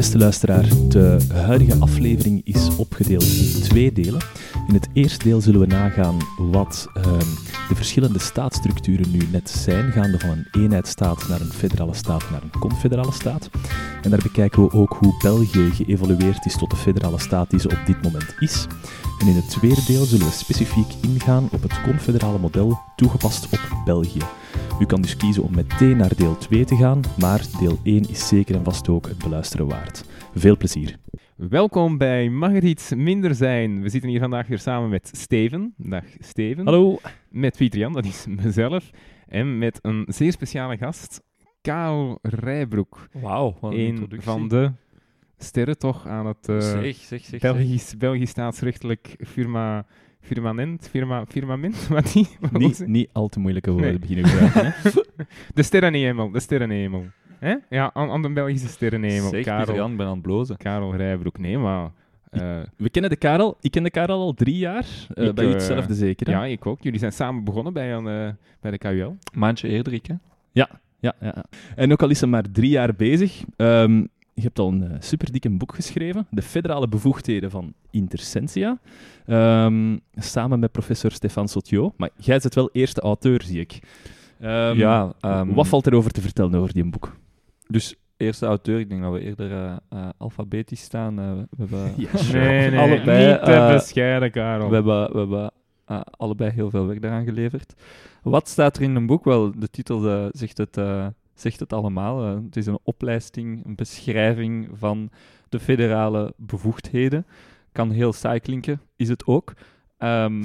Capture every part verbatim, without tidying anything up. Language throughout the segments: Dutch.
Beste luisteraar, de huidige aflevering is opgedeeld in twee delen. In het eerste deel zullen we nagaan wat uh, de verschillende staatsstructuren nu net zijn, gaande van een eenheidsstaat naar een federale staat naar een confederale staat. En daar bekijken we ook hoe België geëvolueerd is tot de federale staat die ze op dit moment is. En in het tweede deel zullen we specifiek ingaan op het confederale model toegepast op België. U kan dus kiezen om meteen naar deel twee te gaan, maar deel één is zeker en vast ook het beluisteren waard. Veel plezier. Welkom bij Mag het iets minder zijn? We zitten hier vandaag weer samen met Steven. Dag Steven. Hallo. Met Pieter Jan, dat is mezelf. En met een zeer speciale gast, Karel Rijbroek. Wauw, wat een Een introductie. van de sterren toch aan het uh, Zeg, zeg, zeg. Belgisch, Belgisch staatsrechtelijk firma... Firmament, firma, firmament, wat die? Wat was Niet, het? niet al te moeilijke woorden Nee. beginnen gebruiken. Hè? De sterrenhemel, de sterrenhemel. Hè? Ja, aan, aan de Belgische sterrenhemel. Zeg, Karel, Pieter Jan, ik ben aan het blozen. Karel Rijbroek. Nee, maar... Uh, We kennen de Karel. Ik ken de Karel al drie jaar. Uh, Ik, bij u uh, hetzelfde zeker, hè? ja, ik ook. Jullie zijn samen begonnen bij, een, uh, bij de K U L. Maandje eerder, ik, hè? Ja, ja, ja. En ook al is hij maar drie jaar bezig, um, je hebt al een uh, superdikke boek geschreven, De Federale Bevoegdheden van Intersentia, um, samen met professor Stefan Sautiot. Maar jij bent wel eerste auteur, zie ik. Um, ja. Um, wat valt erover te vertellen over die boek? Dus, eerste auteur, ik denk dat we eerder uh, uh, alfabetisch staan. Uh, we hebben Ja, sure. Nee, nee, allebei, niet te uh, bescheiden, Karel. we hebben, we hebben uh, allebei heel veel werk daaraan geleverd. Wat staat er in een boek? Wel, de titel uh, zegt het... Uh, zegt het allemaal. Uh, het is een oplijsting, een beschrijving van de federale bevoegdheden. Kan heel saai klinken, is het ook. Um,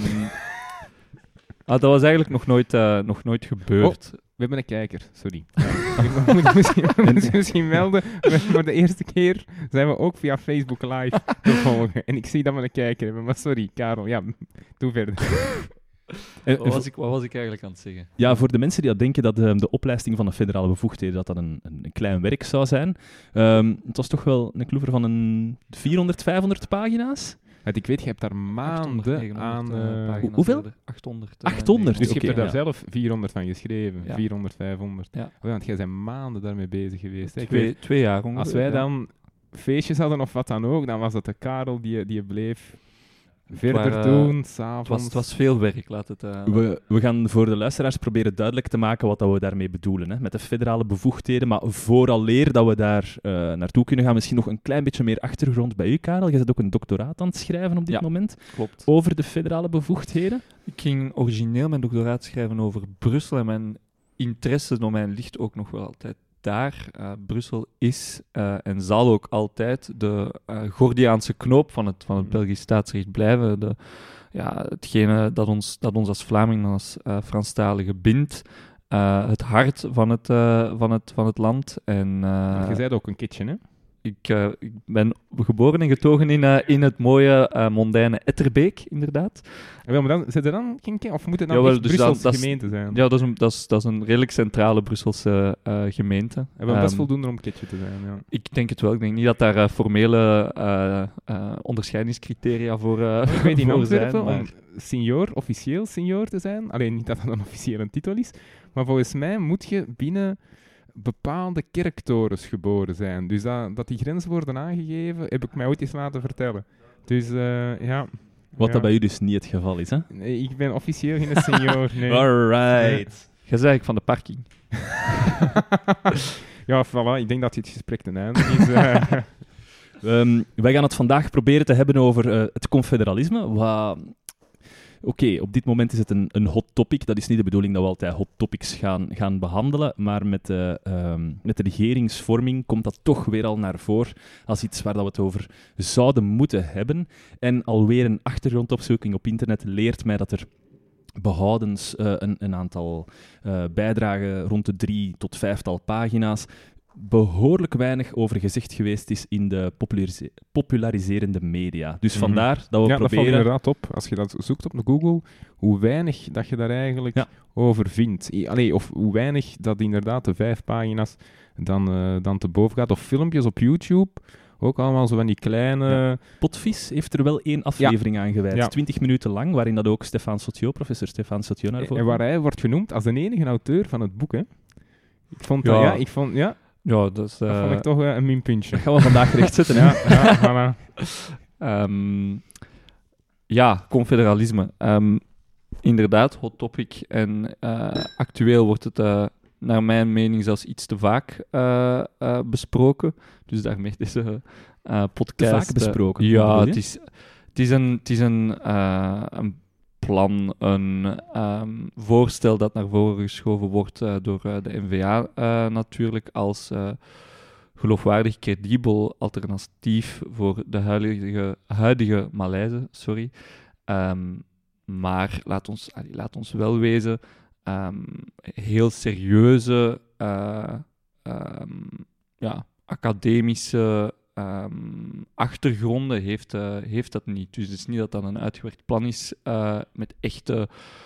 ah, dat was eigenlijk nog nooit, uh, nog nooit gebeurd. Oh, we hebben een kijker, sorry. Ja. Ik moet misschien, moet misschien melden, voor de eerste keer zijn we ook via Facebook live te volgen. En ik zie dat we een kijker hebben, maar sorry, Karel, ja, doe verder. En, Wat was, ik, wat was ik eigenlijk aan het zeggen? Ja, voor de mensen die dat denken dat um, de oplijsting van de federale bevoegdheden dat dat een, een, een klein werk zou zijn, um, het was toch wel een kloever van een vierhonderd, vijfhonderd pagina's? Want ik weet, je hebt daar maanden aan... Uh, uh, hoeveel? achthonderd. Uh, achthonderd? dus je Oké, hebt er daar ja. zelf vierhonderd van geschreven, Ja. vierhonderd, vijfhonderd. Ja. Oh, want jij bent maanden daarmee bezig geweest. Hè? Ik Twee, weet, twee jaar ongeveer. als wij ja. dan feestjes hadden of wat dan ook, dan was dat de Karel die, die bleef verder waren, doen, Het s'avonds. was, het was veel werk, laat het... Uh, We, we gaan voor de luisteraars proberen duidelijk te maken wat dat we daarmee bedoelen. Hè? Met de federale bevoegdheden. Maar vooraleer dat we daar uh, naartoe kunnen gaan, misschien nog een klein beetje meer achtergrond bij u, Karel. Je bent ook een doctoraat aan het schrijven op dit Ja. moment Klopt. over de federale bevoegdheden. Ik ging origineel mijn doctoraat schrijven over Brussel en mijn interessedomein ligt ook nog wel altijd daar. Uh, Brussel is uh, en zal ook altijd de uh, Gordiaanse knoop van het, van het Belgisch staatsrecht blijven. De, ja, hetgene dat ons, dat ons als Vlamingen, als uh, Franstaligen bindt. Uh, het hart van het, uh, van het, van het land. En, uh, Want je zei het ook een kitchen, hè? Ik, uh, ik ben geboren en getogen in, uh, in het mooie, uh, mondaine Etterbeek, inderdaad. Ja, maar dan, zit er dan geen ki- of moet het dan Jawel, echt dus Brusselse dat- dat is- gemeente zijn? Ja, dat is een, dat is, dat is een redelijk centrale Brusselse uh, gemeente. Ja, wel, dat is Um, voldoende om kitchen te zijn, ja. Ik denk het wel. Ik denk niet dat daar uh, formele uh, uh, onderscheidingscriteria voor, uh, Ik weet in voor Antwerpen, zijn. om Maar senior, officieel senior te zijn, alleen niet dat dat een officiële titel is, maar volgens mij moet je binnen bepaalde kerktorens geboren zijn. Dus dat, dat die grenzen worden aangegeven, heb ik mij ooit eens laten vertellen. Dus uh, ja... Wat ja. dat bij u dus niet het geval is, hè? Nee, ik ben officieel geen senior, nee. Alright. jij zei eigenlijk van de parking. Ja, voilà, ik denk dat dit gesprek ten einde is. Uh, Um, wij gaan het vandaag proberen te hebben over uh, het confederalisme. Wat... Oké, okay, op dit moment is het een, een hot topic. Dat is niet de bedoeling dat we altijd hot topics gaan, gaan behandelen, maar met de, um, met de regeringsvorming komt dat toch weer al naar voren als iets waar dat we het over zouden moeten hebben. En alweer een achtergrondopzoeking op internet leert mij dat er behoudens uh, een, een aantal uh, bijdragen rond de drie tot vijftal pagina's behoorlijk weinig over gezegd geweest is in de popularise- populariserende media. Dus Mhm. vandaar dat we ja, dat valt proberen... inderdaad op. Als je dat zoekt op Google, hoe weinig dat je daar eigenlijk Ja. over vindt. I- Allee, of hoe weinig dat inderdaad de vijf pagina's dan, uh, dan te boven gaat. Of filmpjes op YouTube, ook allemaal zo van die kleine... Ja. Potvis heeft er wel één aflevering aan gewijd, Ja. twintig minuten lang, waarin dat ook Stefan Sautiot, professor Stefan Sautiot, naar voren En waar hij wordt genoemd als de enige auteur van het boek, hè. Ik vond dat, Ja. ja, ik vond, ja... Ja, dat is... Dat eh, vond ik toch uh, een minpuntje. Dat gaan we vandaag rechtzetten. hè? Ja, ja, voilà. Ehm, ja, confederalisme. Ehm, inderdaad, hot topic. En uh, actueel wordt het, uh, naar mijn mening, zelfs iets te vaak uh, uh, besproken. Dus daarmee deze uh, podcast... Te vaak besproken? Uh, Hoe bedoel ja, je? het is, het is een, het is een, uh, een plan, een um, voorstel dat naar voren geschoven wordt uh, door uh, de N V A uh, natuurlijk als... Uh, geloofwaardig, credibel alternatief voor de huidige, huidige Malaise. Sorry. Um, maar laat ons, allee, laat ons wel wezen, um, heel serieuze, uh, um, ja, academische um, achtergronden heeft, uh, heeft dat niet. Dus het is niet dat dat een uitgewerkt plan is uh, met echte...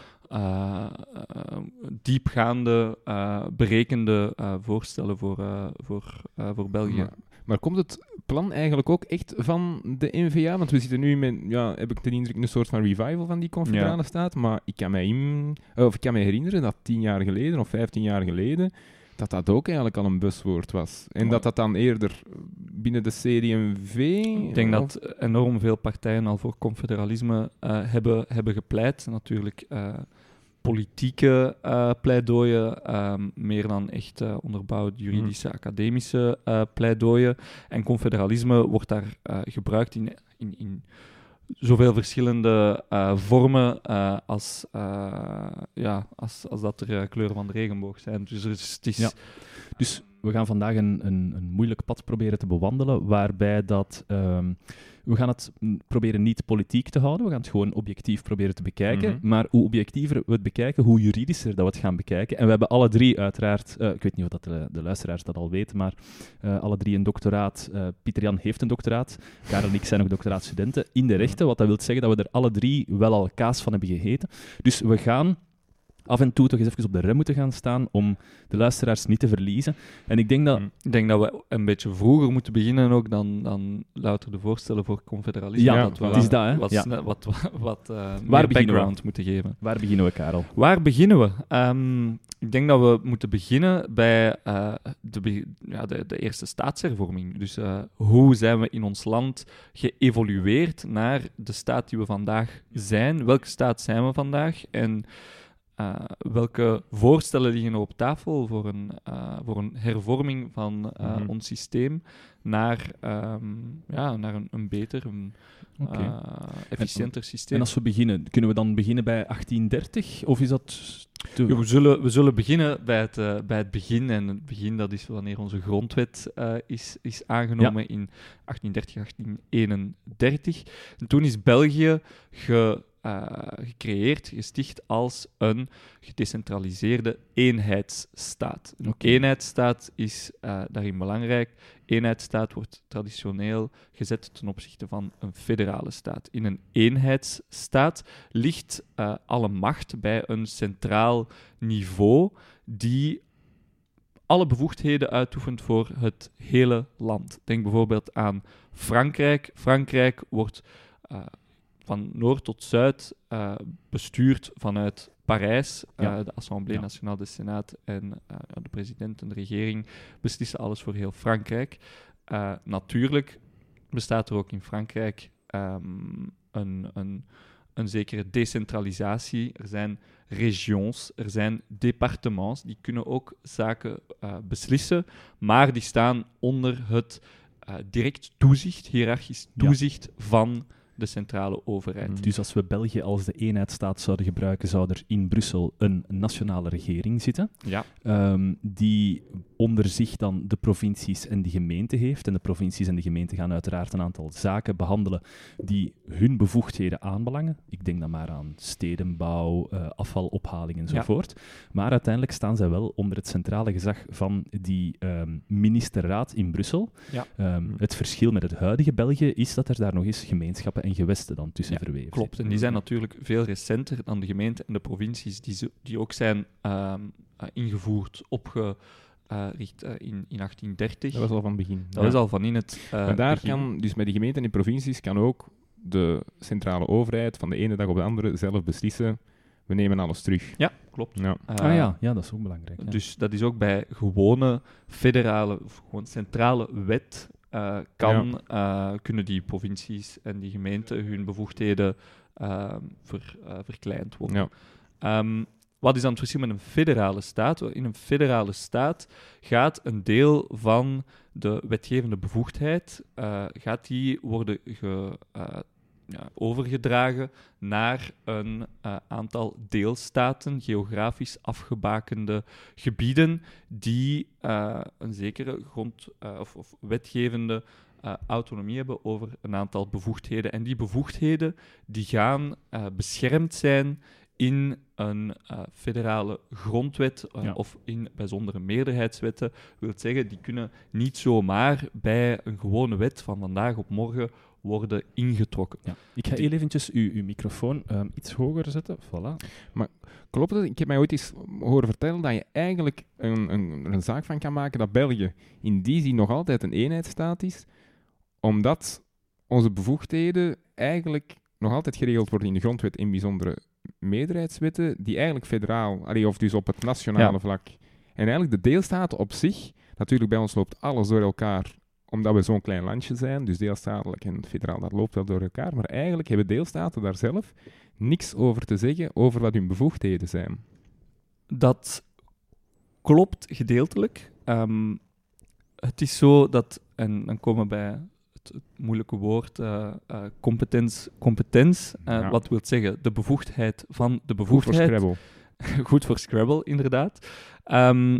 Uh, uh, diepgaande, uh, berekende uh, voorstellen voor, uh, voor, uh, voor België. Maar, maar komt het plan eigenlijk ook echt van de N V A? Want we zitten nu met, ja, heb ik de indruk, een soort van revival van die confederale Ja. staat. Maar ik kan, mij in, of ik kan me herinneren dat tien jaar geleden of vijftien jaar geleden dat dat ook eigenlijk al een buswoord was. En Maar- dat dat dan eerder binnen de C D en V... Ik denk of- dat enorm veel partijen al voor confederalisme uh, hebben, hebben gepleit. Natuurlijk uh, politieke uh, pleidooien, um, meer dan echt uh, onderbouwd juridische, academische uh, pleidooien. En confederalisme wordt daar uh, gebruikt in, in, in zoveel verschillende uh, vormen uh, als, uh, ja, als, als dat er uh, kleuren van de regenboog zijn. Dus er is, het is... Ja. Dus we gaan vandaag een, een, een moeilijk pad proberen te bewandelen, waarbij dat... Um, we gaan het mm, proberen niet politiek te houden, we gaan het gewoon objectief proberen te bekijken. Mhm. Maar hoe objectiever we het bekijken, hoe juridischer dat we het gaan bekijken. En we hebben alle drie uiteraard, uh, ik weet niet of dat de, de luisteraars dat al weten, maar uh, alle drie een doctoraat. Uh, Pieter Jan heeft een doctoraat, Karel en ik zijn nog doctoraatstudenten in de rechten, wat dat wil zeggen dat we er alle drie wel al kaas van hebben gegeten. Dus we gaan... af en toe toch eens even op de rem moeten gaan staan om de luisteraars niet te verliezen. En ik denk dat... Ik denk dat we een beetje vroeger moeten beginnen ook dan, dan louter de voorstellen voor confederalisme. Ja, dat we het is dat, hè? wat, Ja. sne- wat, wat, wat uh, meer beginnen we? background moeten geven. Waar beginnen we, Karel? Waar beginnen we? Um, ik denk dat we moeten beginnen bij uh, de, be- ja, de, de eerste staatshervorming. Dus uh, hoe zijn we in ons land geëvolueerd naar de staat die we vandaag zijn? Welke staat zijn we vandaag? En uh, welke voorstellen liggen er op tafel voor een, uh, voor een hervorming van uh, Mhm. ons systeem naar, um, ja, naar een, een beter, een Oké. uh, efficiënter systeem? En als we beginnen, kunnen we dan beginnen bij achttien dertig? Of is dat... te- Ja, we, zullen, we zullen beginnen bij het, uh, bij het begin. En het begin, dat is wanneer onze grondwet uh, is, is aangenomen in achttien dertig, achttien eenendertig. En toen is België ge, uh, gecreëerd, gesticht als een gedecentraliseerde eenheidsstaat. Een Oké. eenheidsstaat is uh, daarin belangrijk. Eenheidsstaat wordt traditioneel gezet ten opzichte van een federale staat. In een eenheidsstaat ligt uh, alle macht bij een centraal niveau die alle bevoegdheden uitoefent voor het hele land. Denk bijvoorbeeld aan Frankrijk. Frankrijk wordt uh, van noord tot zuid uh, bestuurd vanuit Parijs. Ja. Uh, de Assemblée Ja. Nationale, de Senaat en uh, de president en de regering beslissen alles voor heel Frankrijk. Uh, natuurlijk bestaat er ook in Frankrijk um, een, een, een zekere decentralisatie. Er zijn regions, er zijn departements, die kunnen ook zaken uh, beslissen, maar die staan onder het uh, direct toezicht, hiërarchisch Ja. toezicht van de centrale overheid. Dus als we België als de eenheidsstaat zouden gebruiken, zou er in Brussel een nationale regering zitten, Ja. ehm, die onder zich dan de provincies en de gemeenten heeft. En de provincies en de gemeenten gaan uiteraard een aantal zaken behandelen die hun bevoegdheden aanbelangen. Ik denk dan maar aan stedenbouw, uh, afvalophaling enzovoort. Maar uiteindelijk staan zij wel onder het centrale gezag van die um, ministerraad in Brussel. Ja. Um, het verschil met het huidige België is dat er daar nog eens gemeenschappen en gewesten dan tussen Ja, verweven Klopt, en die zijn natuurlijk veel recenter dan de gemeenten en de provincies, die, zo, die ook zijn um, uh, ingevoerd, opgericht uh, in, in achttien dertig. Dat was al van het begin. Dat Ja. is al van in het uh, Maar daar begin. kan, dus met die gemeenten en die provincies, kan ook de centrale overheid van de ene dag op de andere zelf beslissen we nemen alles terug. Ja, klopt. Ja. Uh, ah ja, ja, dat is ook belangrijk. Ja. Dus dat is ook bij gewone federale, of gewoon centrale wet, uh, kan, ja. uh, kunnen die provincies en die gemeenten hun bevoegdheden uh, ver, uh, verkleind worden. Ja. Um, wat is dan het verschil met een federale staat? In een federale staat gaat een deel van de wetgevende bevoegdheid uh, gaat die worden ge, uh, ja, overgedragen naar een uh, aantal deelstaten, geografisch afgebakende gebieden, die uh, een zekere grond- uh, of, of wetgevende uh, autonomie hebben over een aantal bevoegdheden. En die bevoegdheden die gaan uh, beschermd zijn in een uh, federale grondwet uh, ja. of in bijzondere meerderheidswetten. Wil zeggen, die kunnen niet zomaar bij een gewone wet van vandaag op morgen worden ingetrokken. Ja. Ik ga heel eventjes uw, uw microfoon um, iets hoger zetten. Voilà. Maar klopt het? Ik heb mij ooit eens horen vertellen dat je eigenlijk een, een, een zaak van kan maken dat België in die zin nog altijd een eenheidsstaat is, omdat onze bevoegdheden eigenlijk nog altijd geregeld worden in de grondwet in bijzondere meerderheidswetten, die eigenlijk federaal, allee, of dus op het nationale ja. vlak. En eigenlijk de deelstaten op zich, natuurlijk bij ons loopt alles door elkaar, omdat we zo'n klein landje zijn, dus deelstatelijk en federaal, dat loopt wel door elkaar, maar eigenlijk hebben deelstaten daar zelf niks over te zeggen over wat hun bevoegdheden zijn. Dat klopt gedeeltelijk. Um, het is zo dat, en dan komen we bij het, het moeilijke woord, uh, uh, competens, competens uh, ja. wat wil zeggen de bevoegdheid van de bevoegdheid. Goed voor Scrabble. Goed voor Scrabble, inderdaad. Um,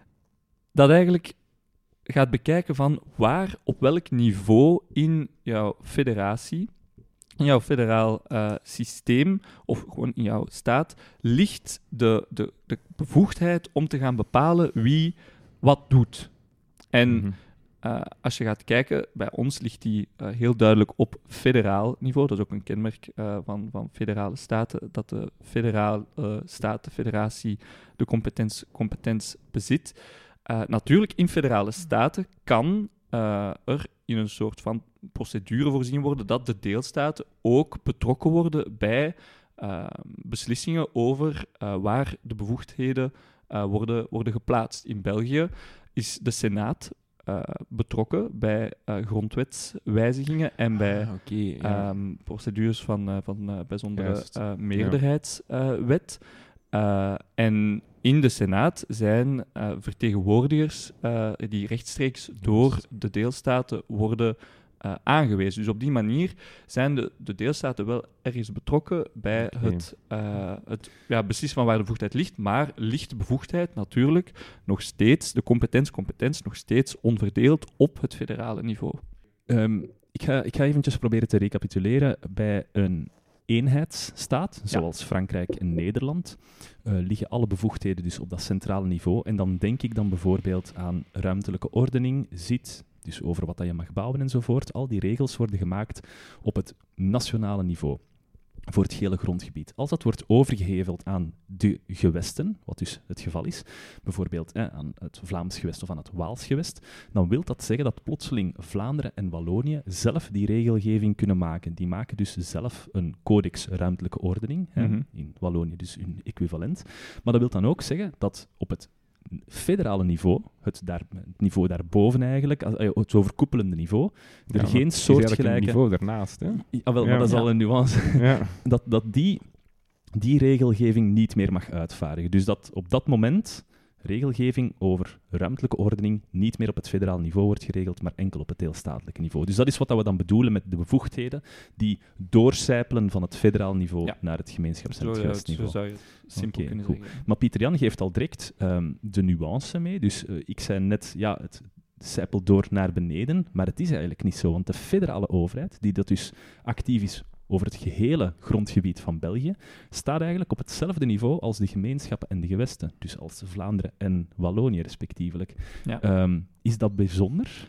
dat eigenlijk gaat bekijken van waar, op welk niveau in jouw federatie, in jouw federaal uh, systeem, of gewoon in jouw staat, ligt de, de, de bevoegdheid om te gaan bepalen wie wat doet. En mm-hmm. uh, als je gaat kijken, bij ons ligt die uh, heel duidelijk op federaal niveau. Dat is ook een kenmerk uh, van, van federale staten, dat de federale uh, staat, de federatie, de competens, competens bezit. Uh, natuurlijk, in federale staten kan uh, er in een soort van procedure voorzien worden dat de deelstaten ook betrokken worden bij uh, beslissingen over uh, waar de bevoegdheden uh, worden, worden geplaatst. In België is de Senaat uh, betrokken bij uh, grondwetswijzigingen en bij ah, okay, ja. um, procedures van, uh, van uh, bijzondere uh, meerderheidswet. Uh, Uh, en in de Senaat zijn uh, vertegenwoordigers uh, die rechtstreeks door de deelstaten worden uh, aangewezen. Dus op die manier zijn de, de deelstaten wel ergens betrokken bij okay. het, uh, het ja, beslissen van waar de bevoegdheid ligt, maar ligt de bevoegdheid natuurlijk nog steeds, de competens, competens nog steeds onverdeeld op het federale niveau. Um, ik, ga, ik ga eventjes proberen te recapituleren. Bij een eenheidsstaat, zoals ja. Frankrijk en Nederland, uh, liggen alle bevoegdheden dus op dat centrale niveau. En dan denk ik dan bijvoorbeeld aan ruimtelijke ordening, zit, dus over wat dat je mag bouwen enzovoort. Al die regels worden gemaakt op het nationale niveau voor het gehele grondgebied. Als dat wordt overgeheveld aan de gewesten, wat dus het geval is, bijvoorbeeld eh, aan het Vlaams gewest of aan het Waals gewest, dan wil dat zeggen dat plotseling Vlaanderen en Wallonië zelf die regelgeving kunnen maken. Die maken dus zelf een codex ruimtelijke ordening, mm-hmm. hè, in Wallonië dus hun equivalent. Maar dat wil dan ook zeggen dat op het federale niveau, het, daar, het niveau daarboven eigenlijk, het overkoepelende niveau, er ja, geen soortgelijke... niveau daarnaast, hè? Ja, wel, ja, maar dat is ja. al een nuance. Ja. dat dat die, die regelgeving niet meer mag uitvaardigen. Dus dat op dat moment regelgeving over ruimtelijke ordening niet meer op het federaal niveau wordt geregeld, maar enkel op het deelstatelijke niveau. Dus dat is wat we dan bedoelen met de bevoegdheden die doorcijpelen van het federaal niveau ja. naar het gemeenschaps- en het gewestniveau. Zo zou je het simpel okay, kunnen goed. zeggen. Maar Pieter-Jan geeft al direct um, de nuance mee. Dus uh, ik zei net, ja, het zijpelt door naar beneden, maar het is eigenlijk niet zo, want de federale overheid, die dat dus actief is over het gehele grondgebied van België, staat eigenlijk op hetzelfde niveau als de gemeenschappen en de gewesten, dus als Vlaanderen en Wallonië respectievelijk. Ja. Um, is dat bijzonder?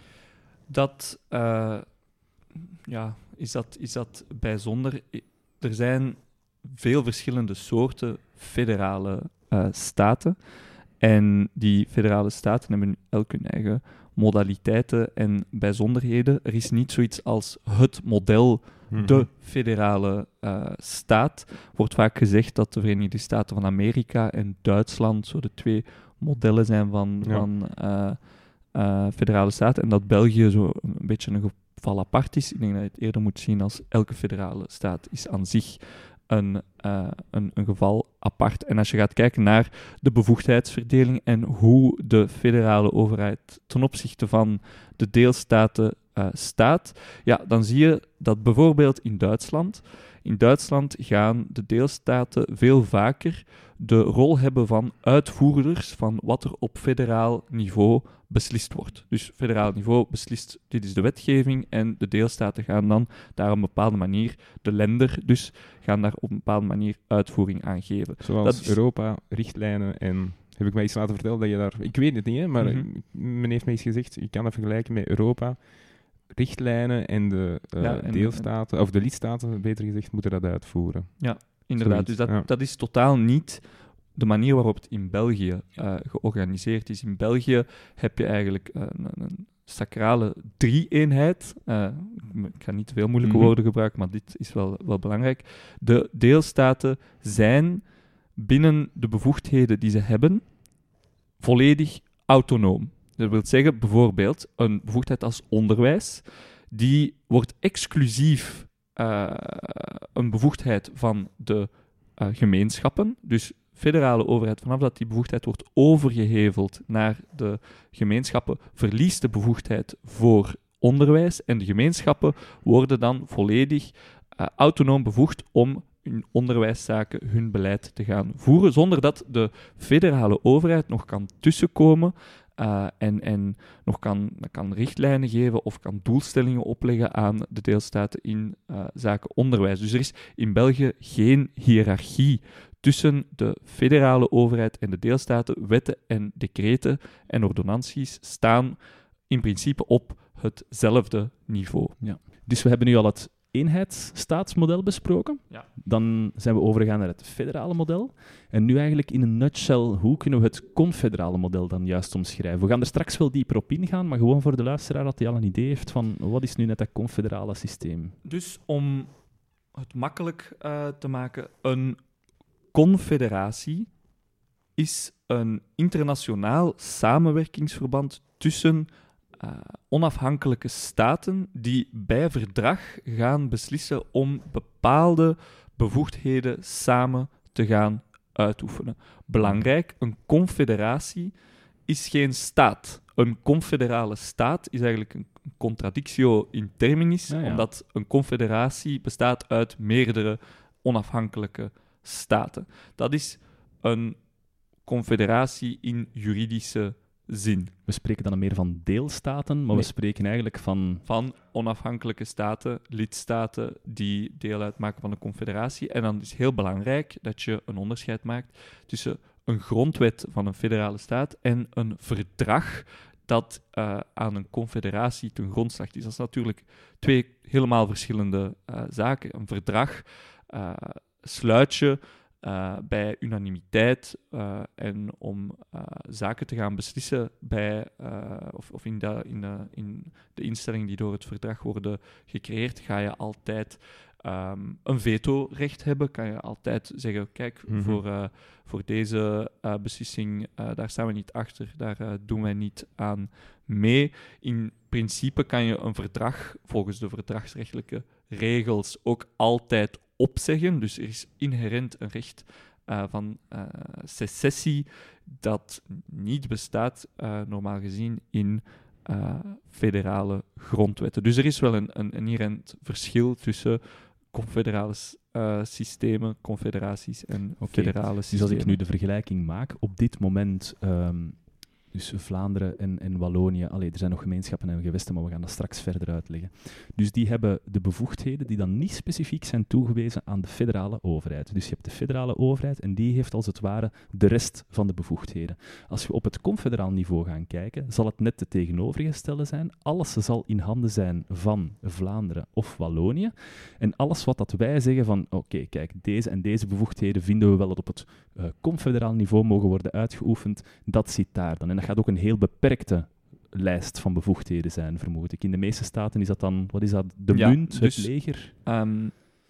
Dat, uh, ja, is dat, is dat bijzonder? Er zijn veel verschillende soorten federale uh, staten. En die federale staten hebben elk hun eigen modaliteiten en bijzonderheden. Er is niet zoiets als het model, Mhm. de federale uh, staat. Wordt vaak gezegd dat de Verenigde Staten van Amerika en Duitsland zo de twee modellen zijn van, Ja. van uh, uh, federale staat. En dat België zo een beetje een geval apart is. Ik denk dat je het eerder moet zien als elke federale staat is aan zich een, uh, een, een geval apart. En als je gaat kijken naar de bevoegdheidsverdeling en hoe de federale overheid ten opzichte van de deelstaten uh, staat, ja, dan zie je dat bijvoorbeeld in Duitsland, in Duitsland gaan de deelstaten veel vaker de rol hebben van uitvoerders van wat er op federaal niveau beslist wordt. Dus federaal niveau beslist, dit is de wetgeving, en de deelstaten gaan dan daar op een bepaalde manier, de lender dus, gaan daar op een bepaalde manier uitvoering aan geven. Zoals Dat is- Europa, richtlijnen en... Heb ik mij iets laten vertellen dat je daar... Ik weet het niet, hè, maar Mhm. men heeft mij eens gezegd, je kan dat vergelijken met Europa. Richtlijnen en de uh, Ja, en- deelstaten, of de lidstaten, beter gezegd, moeten dat uitvoeren. Inderdaad, Zoiets, dus dat, ja. dat is totaal niet de manier waarop het in België uh, georganiseerd is. In België heb je eigenlijk uh, een, een sacrale drie-eenheid. Uh, ik ga niet te veel moeilijke Mhm. woorden gebruiken, maar dit is wel, wel belangrijk. De deelstaten zijn binnen de bevoegdheden die ze hebben volledig autonoom. Dat wil zeggen, bijvoorbeeld, een bevoegdheid als onderwijs, die wordt exclusief uh, een bevoegdheid van de uh, gemeenschappen. Dus federale overheid, vanaf dat die bevoegdheid wordt overgeheveld naar de gemeenschappen, verliest de bevoegdheid voor onderwijs. En de gemeenschappen worden dan volledig uh, autonoom bevoegd om in onderwijszaken hun beleid te gaan voeren, zonder dat de federale overheid nog kan tussenkomen uh, en, en nog kan, kan richtlijnen geven of kan doelstellingen opleggen aan de deelstaten in uh, zaken onderwijs. Dus er is in België geen hiërarchie tussen de federale overheid en de deelstaten. Wetten en decreten en ordonnanties staan in principe op hetzelfde niveau. Dus we hebben nu al het eenheidsstaatsmodel besproken. Ja. Dan zijn we overgegaan naar het federale model. En nu eigenlijk in een nutshell, hoe kunnen we het confederale model dan juist omschrijven? We gaan er straks wel dieper op ingaan, maar gewoon voor de luisteraar dat hij al een idee heeft van wat is nu net dat confederale systeem? Dus om het makkelijk uh, te maken, een confederatie is een internationaal samenwerkingsverband tussen uh, onafhankelijke staten die bij verdrag gaan beslissen om bepaalde bevoegdheden samen te gaan uitoefenen. Belangrijk, een confederatie is geen staat. Een confederale staat is eigenlijk een contradictio in terminis, ja, ja. omdat een confederatie bestaat uit meerdere onafhankelijke staten. Dat is een confederatie in juridische zin. We spreken dan meer van deelstaten, maar Nee. we spreken eigenlijk van... Van onafhankelijke staten, lidstaten die deel uitmaken van een confederatie. En dan is het heel belangrijk dat je een onderscheid maakt tussen een grondwet van een federale staat en een verdrag dat uh, aan een confederatie ten grondslag is. Dat is natuurlijk twee helemaal verschillende uh, zaken. Een verdrag uh, sluit je uh, bij unanimiteit uh, en om uh, zaken te gaan beslissen bij, uh, of, of in, de, in, de, in de instellingen die door het verdrag worden gecreëerd, ga je altijd um, een vetorecht hebben. Kan je altijd zeggen, kijk, Mhm. voor, uh, voor deze uh, beslissing, uh, daar staan we niet achter, daar uh, doen wij niet aan mee. In principe kan je een verdrag volgens de verdragsrechtelijke regels ook altijd opzeggen. Dus er is inherent een recht uh, van uh, secessie dat niet bestaat, uh, normaal gezien, in uh, federale grondwetten. Dus er is wel een, een, een inherent verschil tussen confederale uh, systemen, confederaties en Oké, federale Dus systemen. als ik nu de vergelijking maak, op dit moment, um, dus Vlaanderen en, en Wallonië, allee, er zijn nog gemeenschappen en gewesten, maar we gaan dat straks verder uitleggen. Dus die hebben de bevoegdheden die dan niet specifiek zijn toegewezen aan de federale overheid. Dus je hebt de federale overheid en die heeft als het ware de rest van de bevoegdheden. Als we op het confederaal niveau gaan kijken, zal het net de tegenovergestelde zijn. Alles zal in handen zijn van Vlaanderen of Wallonië. En alles wat dat wij zeggen van, oké, okay, kijk, deze en deze bevoegdheden vinden we wel dat op het uh, confederaal niveau mogen worden uitgeoefend, dat zit daar dan. En dat gaat ook een heel beperkte lijst van bevoegdheden zijn, vermoed ik. In de meeste staten is dat dan, wat is dat, de Ja, munt, dus- het leger? Ehm,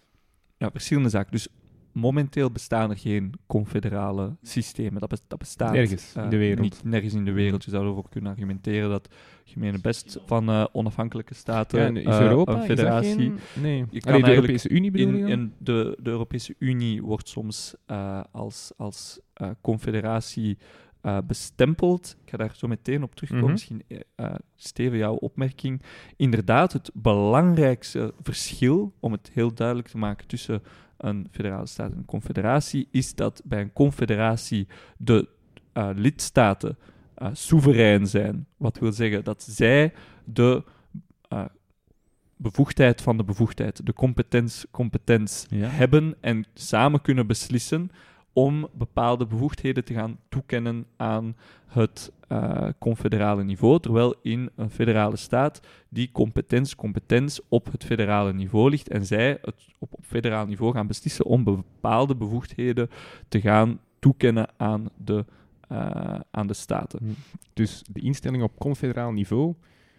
ja, verschillende zaken. Dus momenteel bestaan er geen confederale systemen. Dat, bes- dat bestaat Nergens in eh, de wereld. niet nergens in de wereld. Je zou ervoor kunnen argumenteren dat gemene best van eh, onafhankelijke staten Ja, en is eh, Europa, een is dat federatie... geen... Nee. Je kan Allee, de eigenlijk Europese Unie bedoel je In, dan? in de, de Europese Unie wordt soms eh, als, als eh, confederatie eh, bestempeld. Ik ga daar zo meteen op terugkomen. Mhm. Misschien, eh, eh, Steven, jouw opmerking. Inderdaad, het belangrijkste verschil, om het heel duidelijk te maken tussen een federale staat en een confederatie, is dat bij een confederatie de eh, lidstaten eh, soeverein zijn. Wat wil zeggen dat zij de eh, bevoegdheid van de bevoegdheid, de competens, competens Ja. hebben en samen kunnen beslissen om bepaalde bevoegdheden te gaan toekennen aan het eh, confederale niveau, terwijl in een federale staat die competens, competens op het federale niveau ligt en zij het op, op federaal niveau gaan beslissen om bepaalde bevoegdheden te gaan toekennen aan de, eh, aan de staten. Dus de instellingen op confederaal niveau,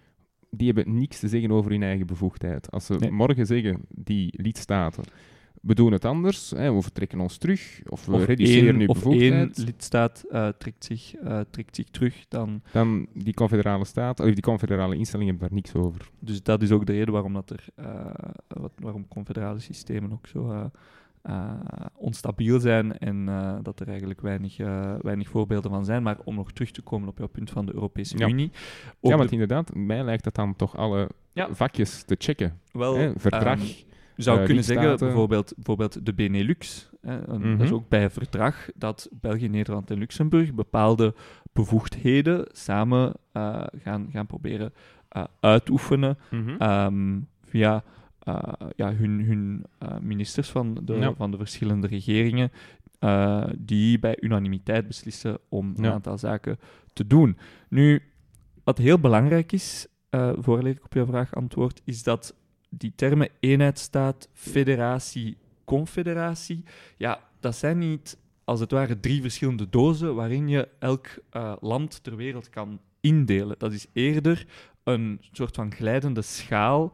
die hebben niks te zeggen over hun eigen bevoegdheid. Als ze Nee. morgen zeggen, die lidstaten, we doen het anders, hè, we vertrekken ons terug, of we Of reduceren één, uw of één bevoegdheid, lidstaat eh, trekt, zich, eh, trekt zich terug, dan... dan die confederale staat, of die confederale instellingen hebben daar niks over. Dus dat is ook de reden waarom, dat er, eh, wat, waarom confederale systemen ook zo eh, eh, onstabiel zijn en eh, dat er eigenlijk weinig, eh, weinig voorbeelden van zijn. Maar om nog terug te komen op jouw punt van de Europese Ja. Unie. ook Ja, want de- inderdaad, mij lijkt dat dan toch alle Ja. vakjes te checken. wel, Hè, verdrag, ehm, je zou eh, kunnen zeggen, lidstaten. bijvoorbeeld, bijvoorbeeld de Benelux. Hè, en Mhm. Dat is ook bij verdrag dat België, Nederland en Luxemburg bepaalde bevoegdheden samen eh, gaan, gaan proberen eh, uitoefenen. Mhm. Ehm, via eh, ja, hun, hun eh, ministers van de, Ja. van de verschillende regeringen, eh, die bij unanimiteit beslissen om een Ja. aantal zaken te doen. Nu, wat heel belangrijk is, uh, voordat ik op jouw vraag antwoord, is dat die termen eenheidsstaat, federatie, confederatie, ja, dat zijn niet als het ware drie verschillende dozen waarin je elk uh, land ter wereld kan indelen. Dat is eerder een soort van glijdende schaal,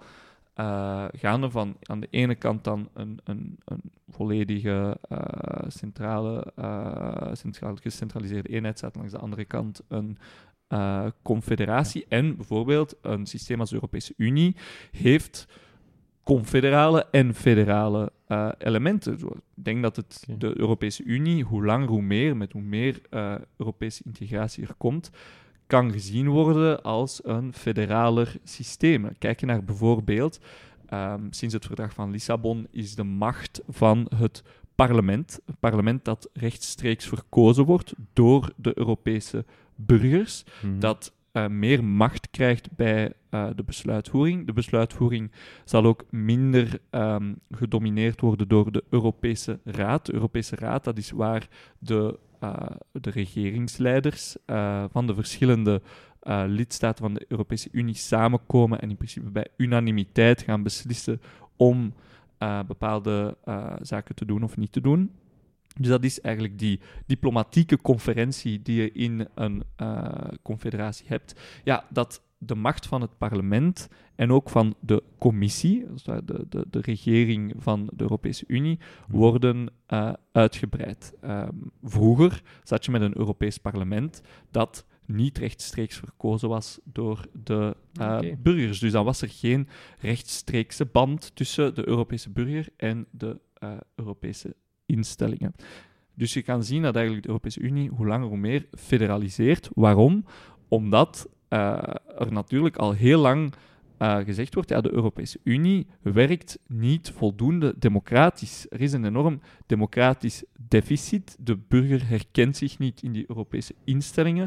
uh, gaande van aan de ene kant dan een, een, een volledige uh, centrale, uh, centraal gecentraliseerde eenheidsstaat, langs de andere kant een uh, confederatie. En bijvoorbeeld een systeem als de Europese Unie heeft confederale en federale uh, elementen. Zo, ik denk dat het, Okay. de Europese Unie, hoe langer hoe meer, met hoe meer uh, Europese integratie er komt, kan gezien worden als een federaler systeem. Kijk je naar bijvoorbeeld, um, sinds het verdrag van Lissabon is de macht van het parlement, een parlement dat rechtstreeks verkozen wordt door de Europese burgers, Mhm. dat uh, meer macht krijgt bij uh, de besluitvoering. De besluitvoering zal ook minder um, gedomineerd worden door de Europese Raad. De Europese Raad, dat is waar de, uh, de regeringsleiders uh, van de verschillende uh, lidstaten van de Europese Unie samenkomen en in principe bij unanimiteit gaan beslissen om uh, bepaalde uh, zaken te doen of niet te doen. Dus dat is eigenlijk die diplomatieke conferentie die je in een uh, confederatie hebt. Ja, dat de macht van het parlement en ook van de commissie, dus de, de, de regering van de Europese Unie, worden uh, uitgebreid. Um, vroeger zat je met een Europees parlement dat niet rechtstreeks verkozen was door de uh, Okay. burgers. Dus dan was er geen rechtstreekse band tussen de Europese burger en de uh, Europese instellingen. Dus je kan zien dat eigenlijk de Europese Unie hoe langer hoe meer federaliseert. Waarom? Omdat uh, er natuurlijk al heel lang uh, gezegd wordt, ja, de Europese Unie werkt niet voldoende democratisch. Er is een enorm democratisch deficit. De burger herkent zich niet in die Europese instellingen.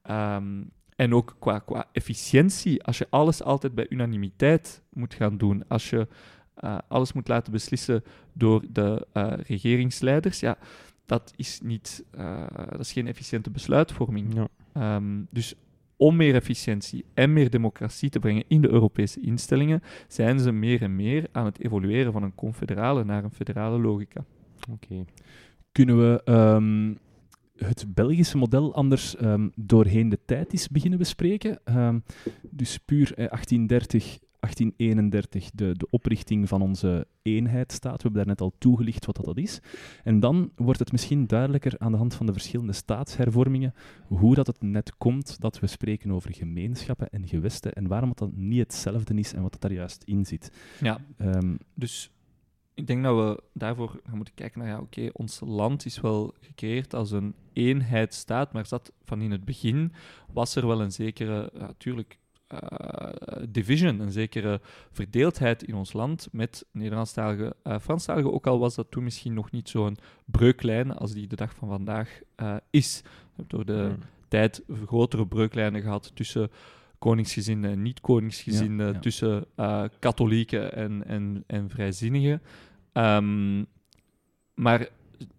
Um, en ook qua, qua efficiëntie, als je alles altijd bij unanimiteit moet gaan doen, als je uh, alles moet laten beslissen door de uh, regeringsleiders, ja, dat is, niet, uh, dat is geen efficiënte besluitvorming. Ja. Um, dus om meer efficiëntie en meer democratie te brengen in de Europese instellingen, zijn ze meer en meer aan het evolueren van een confederale naar een federale logica. Oké. Kunnen we... Um, het Belgische model anders um, doorheen de tijd is beginnen bespreken. Um, dus puur eh, achttien dertig, achttien eenendertig, de, de oprichting van onze eenheidsstaat. We hebben daarnet al toegelicht wat dat is. En dan wordt het misschien duidelijker aan de hand van de verschillende staatshervormingen hoe dat het net komt dat we spreken over gemeenschappen en gewesten en waarom het dan niet hetzelfde is en wat het daar juist in zit. Ja, Um, dus ik denk dat we daarvoor gaan moeten kijken naar, ja, oké, okay, ons land is wel gecreëerd als een eenheidsstaat, maar zat van in het begin, was er wel een zekere, natuurlijk, uh, division, een zekere verdeeldheid in ons land met Nederlandstalige, uh, Franstalige, ook al was dat toen misschien nog niet zo'n breuklijn als die de dag van vandaag uh, is. Door de Hmm. tijd grotere breuklijnen gehad tussen koningsgezinden en niet-koningsgezinden, Ja, ja. tussen uh, katholieken en, en, en vrijzinnigen. Um, maar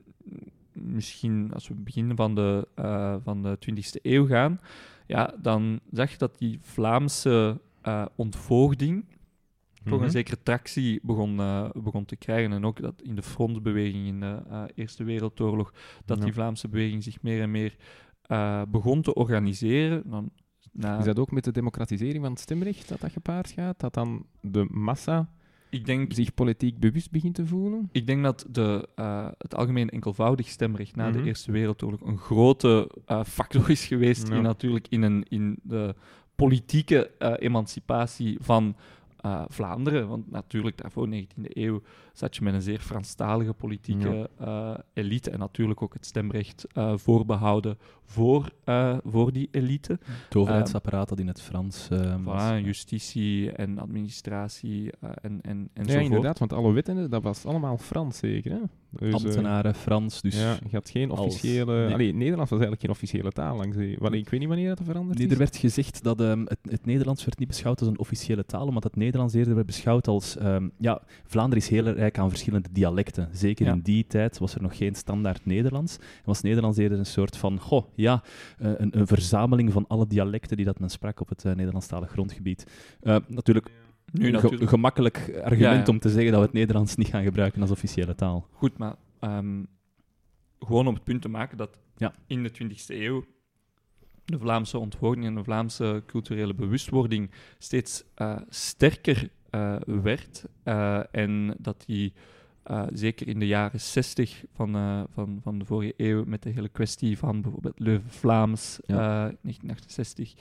misschien als we beginnen van de, uh, van de twintigste eeuw gaan, ja, dan zag je dat die Vlaamse uh, ontvoogding toch Mhm. een zekere tractie begon, uh, begon te krijgen. En ook dat in de frontbeweging in de uh, Eerste Wereldoorlog, dat Ja. die Vlaamse beweging zich meer en meer uh, begon te organiseren. Dan, na, Is dat ook met de democratisering van het stemrecht dat dat gepaard gaat? Dat dan de massa ik, denk, zich politiek bewust begint te voelen? ik denk dat de, uh, het algemeen enkelvoudig stemrecht na Mhm. de Eerste Wereldoorlog een grote uh, factor is geweest Ja. in, natuurlijk in, een, in de politieke uh, emancipatie van uh, Vlaanderen. Want natuurlijk, daarvoor, negentiende eeuw, zat je met een zeer Franstalige politieke uh, elite en natuurlijk ook het stemrecht uh, voorbehouden voor, uh, voor die elite. het overheidsapparaat dat in het Frans uh, was. Voilà, justitie en administratie uh, en, en, Ja, enzovoort. inderdaad, want alle wetten, dat was allemaal Frans zeker, hè? Dus, eh, Ambtenaren, Frans, dus... ja, je had geen als- officiële... nee. Allee, Nederlands was eigenlijk geen officiële taal langs de... Wel, ik weet niet wanneer dat veranderd Nee, is. er werd gezegd dat um, het, het Nederlands werd niet beschouwd als een officiële taal, omdat het Nederlands eerder werd beschouwd als... Um, ja, Vlaanderen is heel rijk aan verschillende dialecten. Zeker Ja. in die tijd was er nog geen standaard Nederlands. En was Nederlands eerder een soort van... Goh, ja, uh, een, een verzameling van alle dialecten die dat men sprak op het uh, Nederlandstalig grondgebied. Uh, natuurlijk... Nu Een ge- natuurlijk. gemakkelijk argument Ja, ja. om te zeggen dat we het Nederlands niet gaan gebruiken als officiële taal. Goed, maar um, gewoon om het punt te maken dat Ja. in de twintigste eeuw de Vlaamse ontwording en de Vlaamse culturele bewustwording steeds uh, sterker uh, werd uh, en dat die uh, zeker in de jaren zestig van, uh, van, van de vorige eeuw met de hele kwestie van bijvoorbeeld Leuven-Vlaams, Ja. uh, negentien achtenzestig,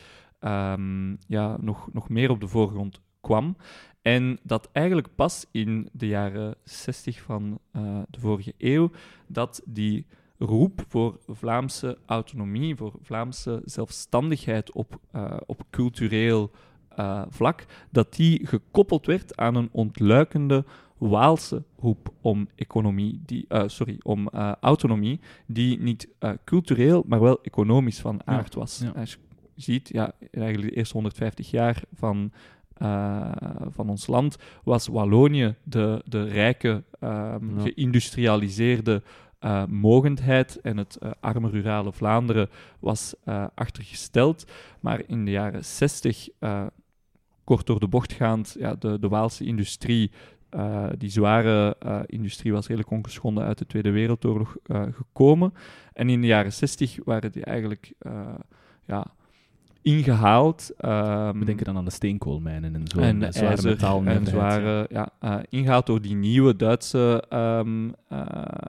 um, ja, nog, nog meer op de voorgrond kwam. En dat eigenlijk pas in de jaren zestig van uh, de vorige eeuw, dat die roep voor Vlaamse autonomie, voor Vlaamse zelfstandigheid op, uh, op cultureel uh, vlak, dat die gekoppeld werd aan een ontluikende Waalse roep om economie, die, uh, sorry, om uh, autonomie, die niet uh, cultureel, maar wel economisch van aard was. ja. Als je ziet, ja, eigenlijk de eerste honderdvijftig jaar van Uh, van ons land, was Wallonië de, de rijke, um, Ja. geïndustrialiseerde uh, mogendheid en het uh, arme rurale Vlaanderen was uh, achtergesteld. Maar in de jaren zestig, uh, kort door de bocht gaand, ja, de, de Waalse industrie, uh, die zware uh, industrie was redelijk ongeschonden uit de Tweede Wereldoorlog uh, gekomen. En in de jaren zestig waren die eigenlijk... Uh, ja, ingehaald. Um, We denken dan aan de steenkoolmijnen en zo. en de zware ijzer metaalnijverheid, en zware... Ja, uh, ingehaald door die nieuwe Duitse um, uh,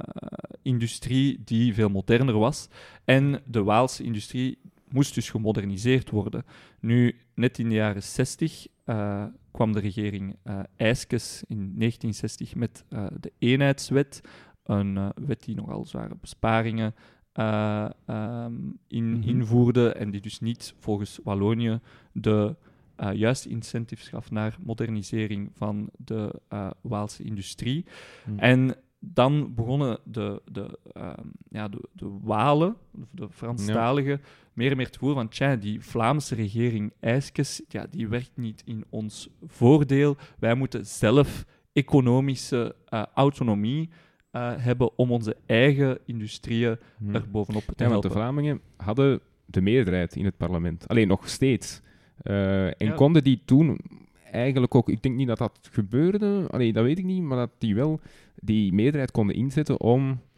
industrie, die veel moderner was. En de Waalse industrie moest dus gemoderniseerd worden. Nu, net in de jaren zestig uh, kwam de regering uh, Eyskens in negentien zestig met uh, de eenheidswet. Een uh, wet die nogal zware besparingen Uh, um, in, Mm-hmm. invoerde en die dus niet volgens Wallonië de uh, juiste incentives gaf naar modernisering van de uh, Waalse industrie. Hmm. En dan begonnen de, de, um, ja, de, de Walen, de Franstaligen, meer en meer te voelen van tja, die Vlaamse regering Eyskens, ja, die werkt niet in ons voordeel. Wij moeten zelf economische uh, autonomie Uh, hebben om onze eigen industrieën Hmm. er bovenop te Ja, want de helpen. Vlamingen hadden de meerderheid in het parlement. Alleen nog steeds. Uh, en Ja. konden die toen eigenlijk ook... Ik denk niet dat dat gebeurde, allee, dat weet ik niet, maar dat die wel die meerderheid konden inzetten om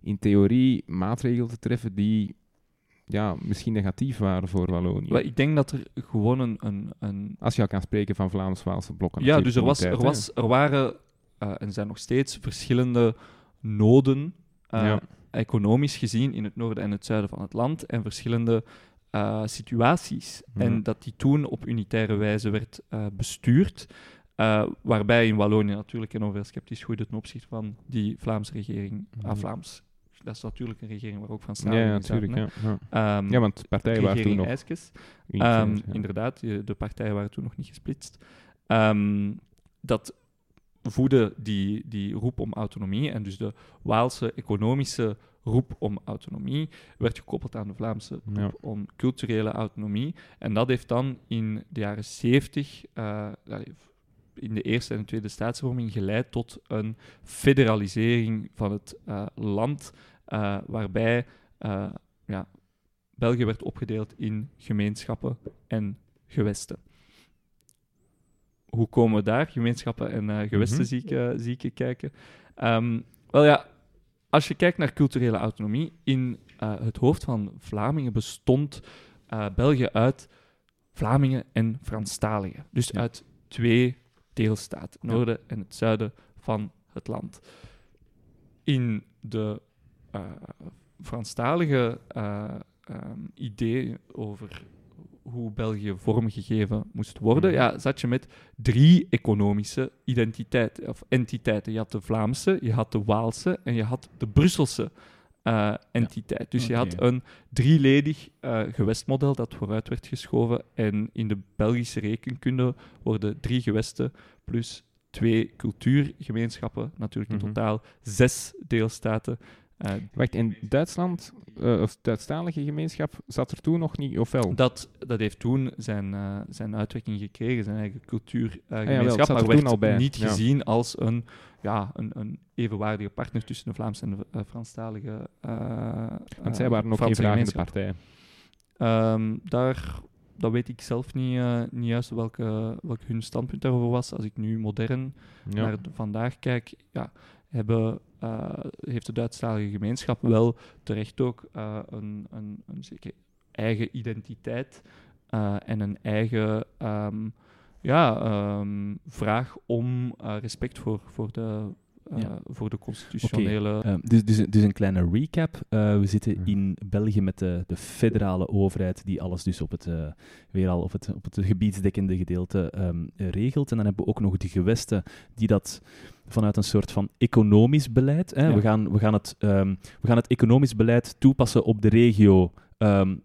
in theorie maatregelen te treffen die ja, misschien negatief waren voor Wallonië. Maar ik denk dat er gewoon een... een, een... Als je al kan spreken van Vlaams-Waalse blokken. Ja, dus er, was, tijd, er, was, er waren uh, en zijn nog steeds verschillende noden, uh, ja. economisch gezien, in het noorden en het zuiden van het land, en verschillende uh, situaties. Ja. En dat die toen op unitaire wijze werd uh, bestuurd, uh, waarbij in Wallonië natuurlijk enorm veel sceptisch groeide ten opzichte van die Vlaamse regering. Ja. Ah, Vlaams. Dat is natuurlijk een regering waar ook van Ja, Stalen ja, in zaten, natuurlijk. hè. Ja, ja. Um, ja, want partijen waren toen nog... Eiskes. unitair, Um, ja. Inderdaad, de, de partijen waren toen nog niet gesplitst. Um, dat voedde die, die roep om autonomie, en dus de Waalse economische roep om autonomie werd gekoppeld aan de Vlaamse roep Ja. om culturele autonomie. En dat heeft dan in de jaren zeventig, uh, in de eerste en de tweede staatsvorming, geleid tot een federalisering van het uh, land, uh, waarbij uh, ja, België werd opgedeeld in gemeenschappen en gewesten. Hoe komen we daar? Gemeenschappen en uh, gewesten Mm-hmm. zie, ik, uh, zie ik kijken. Um, wel ja, als je kijkt naar culturele autonomie, in uh, het hoofd van Vlamingen bestond uh, België uit Vlamingen en Franstaligen. Dus Ja. uit twee deelstaten, het noorden en het zuiden van het land. In de uh, Franstalige uh, um, idee over hoe België vormgegeven moest worden, Mhm. ja, zat je met drie economische identiteiten, of entiteiten. Je had de Vlaamse, je had de Waalse en je had de Brusselse uh, entiteit. Dus je Oké. had een drieledig uh, gewestmodel dat vooruit werd geschoven. En in de Belgische rekenkunde worden drie gewesten plus twee cultuurgemeenschappen, natuurlijk in Mhm. totaal zes deelstaten. Uh, Wacht, in Duitsland, uh, of Duitsstalige gemeenschap, zat er toen nog niet, of wel? Dat, dat heeft toen zijn, uh, zijn uitwerking gekregen, zijn eigen cultuurgemeenschap, uh, Ah, jawel, het zat maar er werd toen al bij, niet ja. gezien als een, ja, een, een evenwaardige partner tussen de Vlaamse en de uh, Franstalige uh, Want zij waren nog geen Franse vragende gemeenschap. partij. Um, daar, dat weet ik zelf niet, uh, niet juist welke, welk hun standpunt daarover was. Als ik nu modern Ja. naar de, vandaag kijk, ja, hebben, uh, heeft de Duitsstalige gemeenschap wel terecht ook uh, een, een, een zeker eigen identiteit uh, en een eigen um, ja, um, vraag om uh, respect voor, voor, de, uh, Ja. voor de constitutionele... Uh, dus, dus, dus een kleine recap. Uh, we zitten Mhm. in België met de, de federale overheid die alles dus op het, uh, weer al op het, op het gebiedsdekkende gedeelte um, regelt. En dan hebben we ook nog de gewesten die dat vanuit een soort van economisch beleid... Hè, Ja. we, gaan, we, gaan het, um, we gaan het economisch beleid toepassen op de regio... Um,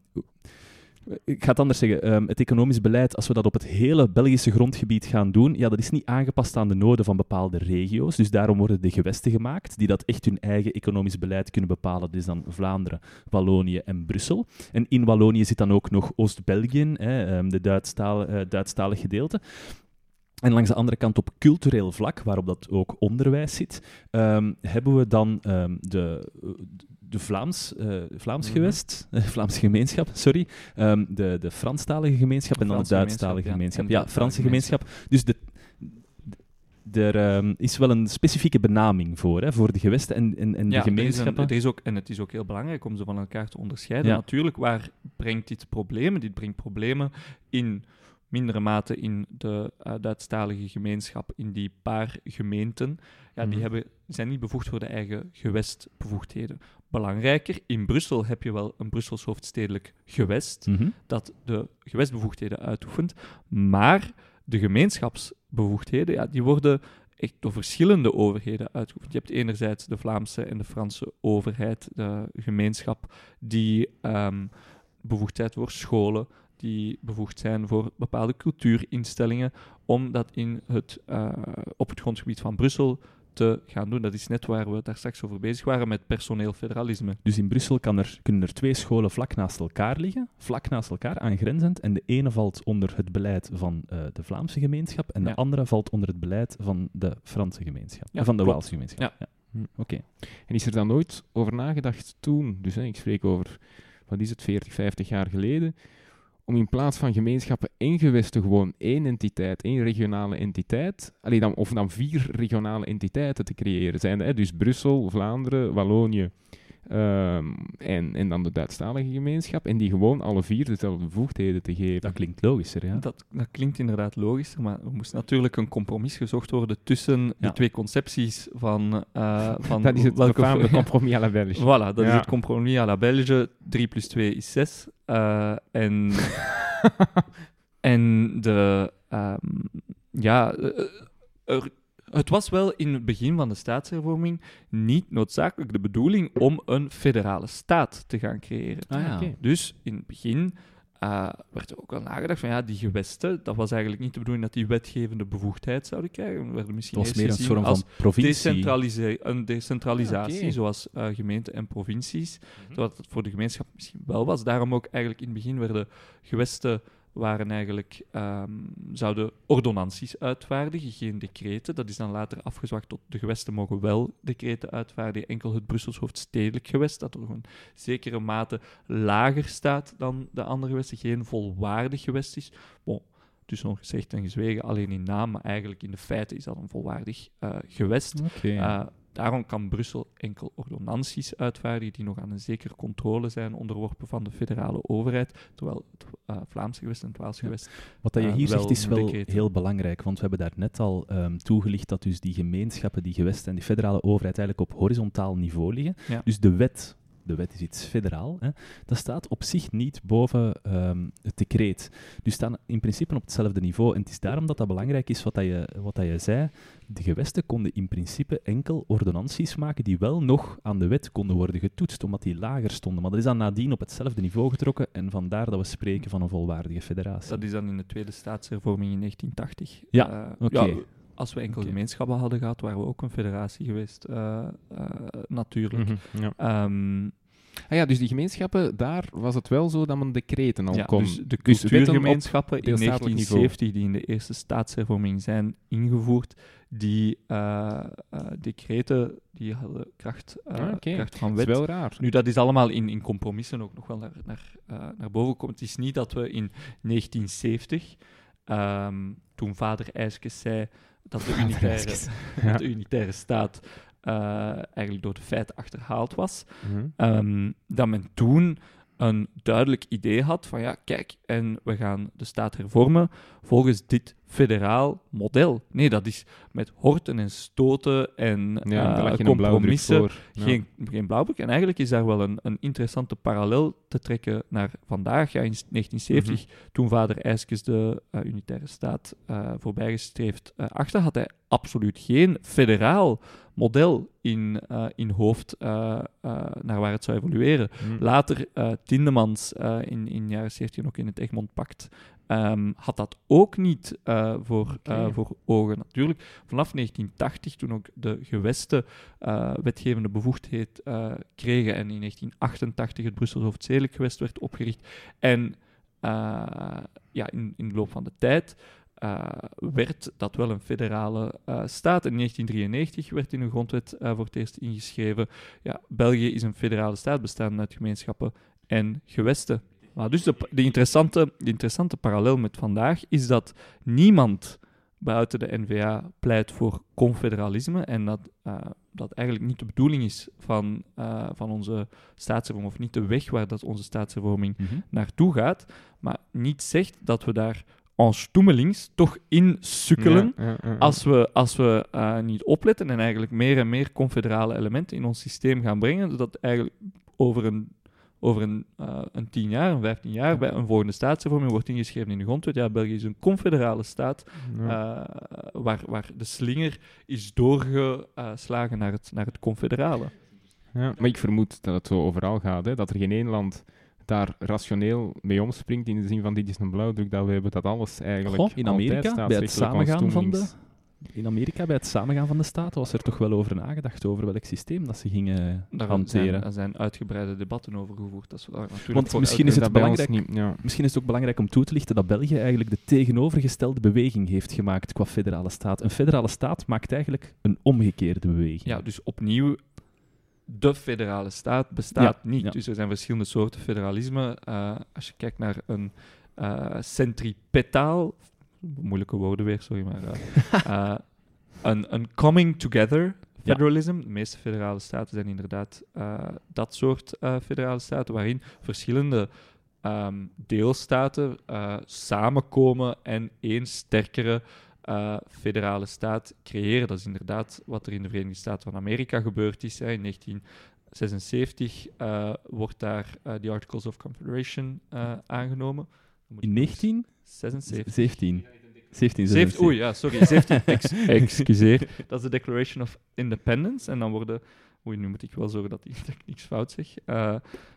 Ik ga het anders zeggen. Um, het economisch beleid, als we dat op het hele Belgische grondgebied gaan doen, ja, dat is niet aangepast aan de noden van bepaalde regio's. Dus daarom worden de gewesten gemaakt die dat echt hun eigen economisch beleid kunnen bepalen. Dat is dan Vlaanderen, Wallonië en Brussel. En in Wallonië zit dan ook nog Oost-België, hè, um, de Duitsstaal, uh, Duitsstalig gedeelte. En langs de andere kant op cultureel vlak, waarop dat ook onderwijs zit, um, hebben we dan um, de... de Vlaams, uh, Vlaams Mhm. gewest, uh, Vlaamse gemeenschap, sorry, um, de, de Franstalige gemeenschap en dan de Franse Duitsstalige gemeenschap, gemeenschap. ja. Ja, En de Franse Duitsstalige gemeenschap. Dus de, de, er um, is wel een specifieke benaming voor, hè, voor de gewesten en, en, en Ja, de er is een- gemeenschappen. er is ook, en het is ook heel belangrijk om ze van elkaar te onderscheiden. Ja. Natuurlijk, waar brengt dit problemen? Dit brengt problemen in mindere mate in de uh, Duitsstalige gemeenschap, in die paar gemeenten. Ja, die Mhm. hebben, zijn niet bevoegd voor de eigen gewestbevoegdheden. Belangrijker, in Brussel heb je wel een Brussels hoofdstedelijk gewest Mhm. dat de gewestbevoegdheden uitoefent, maar de gemeenschapsbevoegdheden, ja, die worden echt door verschillende overheden uitgeoefend. Je hebt enerzijds de Vlaamse en de Franse overheid, de gemeenschap, die um, bevoegd zijn voor scholen, die bevoegd zijn voor bepaalde cultuurinstellingen, om dat in het, uh, op het grondgebied van Brussel te gaan doen. Dat is net waar we daar straks over bezig waren met personeel federalisme. Dus in Brussel kan er, kunnen er twee scholen vlak naast elkaar liggen, vlak naast elkaar, aangrenzend, en de ene valt onder het beleid van uh, de Vlaamse gemeenschap en Ja. de andere valt onder het beleid van de Franse gemeenschap, Ja, van de klopt. Waalse gemeenschap. Ja. Ja. Hm. Oké. En is er dan nooit over nagedacht toen, dus hè, ik spreek over, wat is het, veertig, vijftig jaar geleden, om in plaats van gemeenschappen en gewesten gewoon één entiteit, één regionale entiteit, allee, dan, of dan vier regionale entiteiten te creëren zijn. Hè? Dus Brussel, Vlaanderen, Wallonië Um, en, en dan de Duitsstalige gemeenschap. En die gewoon alle vier dezelfde bevoegdheden te geven. Dat klinkt logischer, ja. Dat, dat klinkt inderdaad logischer, maar er moest natuurlijk een compromis gezocht worden tussen Ja. die twee concepties van... Uh, van dat is het welke befaamde compromis à la Belge. Voilà, dat Ja. is het compromis à la Belge. drie plus twee is zes. Uh, en, en de... Um, ja... Uh, er, Het was wel in het begin van de staatshervorming niet noodzakelijk de bedoeling om een federale staat te gaan creëren. Ah, ja. Oké. Dus in het begin uh, werd er ook wel nagedacht van ja, die gewesten, dat was eigenlijk niet de bedoeling dat die wetgevende bevoegdheid zouden krijgen. We werden misschien Het was eerst meer een gezien soort als van provincie. decentralise- een decentralisatie, Ah, oké. zoals uh, gemeenten en provincies. Mhm. Terwijl het voor de gemeenschap misschien wel was. Daarom ook eigenlijk in het begin werden gewesten waren eigenlijk, um, zouden ordonnanties uitvaardigen, geen decreten. Dat is dan later afgezwakt tot de gewesten mogen wel decreten uitvaardigen. Enkel het Brussels hoofdstedelijk gewest, dat er een zekere mate lager staat dan de andere gewesten, geen volwaardig gewest is. Bon, tussen gezegd en gezwegen, alleen in naam, maar eigenlijk in de feiten is dat een volwaardig uh, gewest. Okay. Uh, Daarom kan Brussel enkel ordonnanties uitvaardigen die nog aan een zekere controle zijn onderworpen van de federale overheid, terwijl het uh, Vlaamse gewest en het Waalse gewest... Ja. Wat dat je hier uh, zegt is wel decreten. heel belangrijk, want we hebben daar net al um, toegelicht dat dus die gemeenschappen, die gewesten en die federale overheid eigenlijk op horizontaal niveau liggen. Ja. Dus de wet... De wet is iets federaal. Hè. Dat staat op zich niet boven um, het decreet. Dus staan in principe op hetzelfde niveau. En het is daarom dat dat belangrijk is wat, dat je, wat dat je zei. De gewesten konden in principe enkel ordonnanties maken die wel nog aan de wet konden worden getoetst, omdat die lager stonden. Maar dat is dan nadien op hetzelfde niveau getrokken en vandaar dat we spreken van een volwaardige federatie. Dat is dan in de tweede staatshervorming in negentien tachtig. Ja, uh, oké. Ja, als we enkel Okay. gemeenschappen hadden gehad, waren we ook een federatie geweest, uh, uh, natuurlijk. Mm-hmm, ja. Um, Ah ja, dus die gemeenschappen, daar was het wel zo dat men decreten al ja, kon. dus de Dus cultuurgemeenschappen in deelstatelijk negentien zeventig, die in de eerste staatshervorming zijn ingevoerd, die uh, uh, decreten, die hadden kracht, uh, Ah, okay. kracht van Dat is wet. wel raar. Nu, dat is allemaal in, in compromissen ook nog wel naar, naar, uh, naar boven gekomen. Het is niet dat we in negentien zeventig, um, toen vader Eyskens zei dat de unitaire, Ja. de unitaire staat uh, eigenlijk door de feiten achterhaald was, Mm-hmm. um, dat men toen een duidelijk idee had van ja, kijk, en we gaan de staat hervormen volgens dit federaal model. Nee, dat is met horten en stoten en Ja, daar uh, lag je een blauwdruk compromissen. voor. Ja. Geen, geen blauwdruk. En eigenlijk is daar wel een, een interessante parallel te trekken naar vandaag. Ja, in negentien zeventig, Mhm. toen vader Eyskens de uh, unitaire staat uh, voorbijgestreefd uh, achter, had hij absoluut geen federaal model in, uh, in hoofd uh, uh, naar waar het zou evolueren. Mm. Later, uh, Tindemans uh, in, in de jaren zeventig ook in het Egmond-pact, um, had dat ook niet uh, voor, Okay. uh, voor ogen. Natuurlijk, vanaf negentien tachtig, toen ook de gewesten uh, wetgevende bevoegdheid uh, kregen en in negentien achtentachtig het Brussels hoofdstedelijk gewest werd opgericht. En uh, ja, in, in de loop van de tijd Uh, werd dat wel een federale uh, staat. In negentien drieënnegentig werd in de grondwet uh, voor het eerst ingeschreven. Ja, België is een federale staat, bestaande uit gemeenschappen en gewesten. Maar dus de, de, interessante, de interessante parallel met vandaag is dat niemand buiten de N V A pleit voor confederalisme en dat uh, dat eigenlijk niet de bedoeling is van, uh, van onze staatshervorming, of niet de weg waar dat onze staatshervorming Mm-hmm. naartoe gaat, maar niet zegt dat we daar en stoemelings toch in sukkelen Ja, ja, ja, ja. als we, als we uh, niet opletten en eigenlijk meer en meer confederale elementen in ons systeem gaan brengen, zodat eigenlijk over een, over een, uh, een tien jaar, een vijftien jaar, bij een volgende staatshervorming wordt ingeschreven in de grondwet. Ja, België is een confederale staat Ja. uh, waar, waar de slinger is doorgeslagen naar het, naar het confederale. Ja, maar ik vermoed dat het zo overal gaat, hè, dat er geen één land daar rationeel mee omspringt in de zin van dit is een blauwdruk, dat we hebben dat alles eigenlijk Goh, in Amerika, altijd bij het staatsrechtelijk samengaan van de, onstoemelings- in Amerika, bij het samengaan van de staten, was er toch wel over nagedacht over welk systeem dat ze gingen Daar hanteren. zijn, daar zijn uitgebreide debatten over gevoerd. Dat is wel natuurlijk Want voor misschien elke- is het dat bij ons belangrijk- niet, ja. Misschien is het ook belangrijk om toe te lichten dat België eigenlijk de tegenovergestelde beweging heeft gemaakt qua federale staat. Een federale staat maakt eigenlijk een omgekeerde beweging. Ja, dus opnieuw, de federale staat bestaat Ja, niet. ja. Dus er zijn verschillende soorten federalisme. Uh, als je kijkt naar een uh, centripetaal, moeilijke woorden weer, sorry, maar uh, uh, een, een coming together federalism. De meeste federale staten zijn inderdaad uh, dat soort uh, federale staten, waarin verschillende um, deelstaten uh, samenkomen en één sterkere uh, federale staat creëren. Dat is inderdaad wat er in de Verenigde Staten van Amerika gebeurd is. Hè. In negentien zesenzeventig uh, wordt daar uh, de Articles of Confederation uh, aangenomen. In negentien zesenzeventig. zeventien. zeventien, zeventien. Oei, ja, sorry. zeventien. Ex- excuseer. Dat is de Declaration of Independence. En dan worden... Oei, nu moet ik wel zorgen dat ik niks fout zeg. Uh,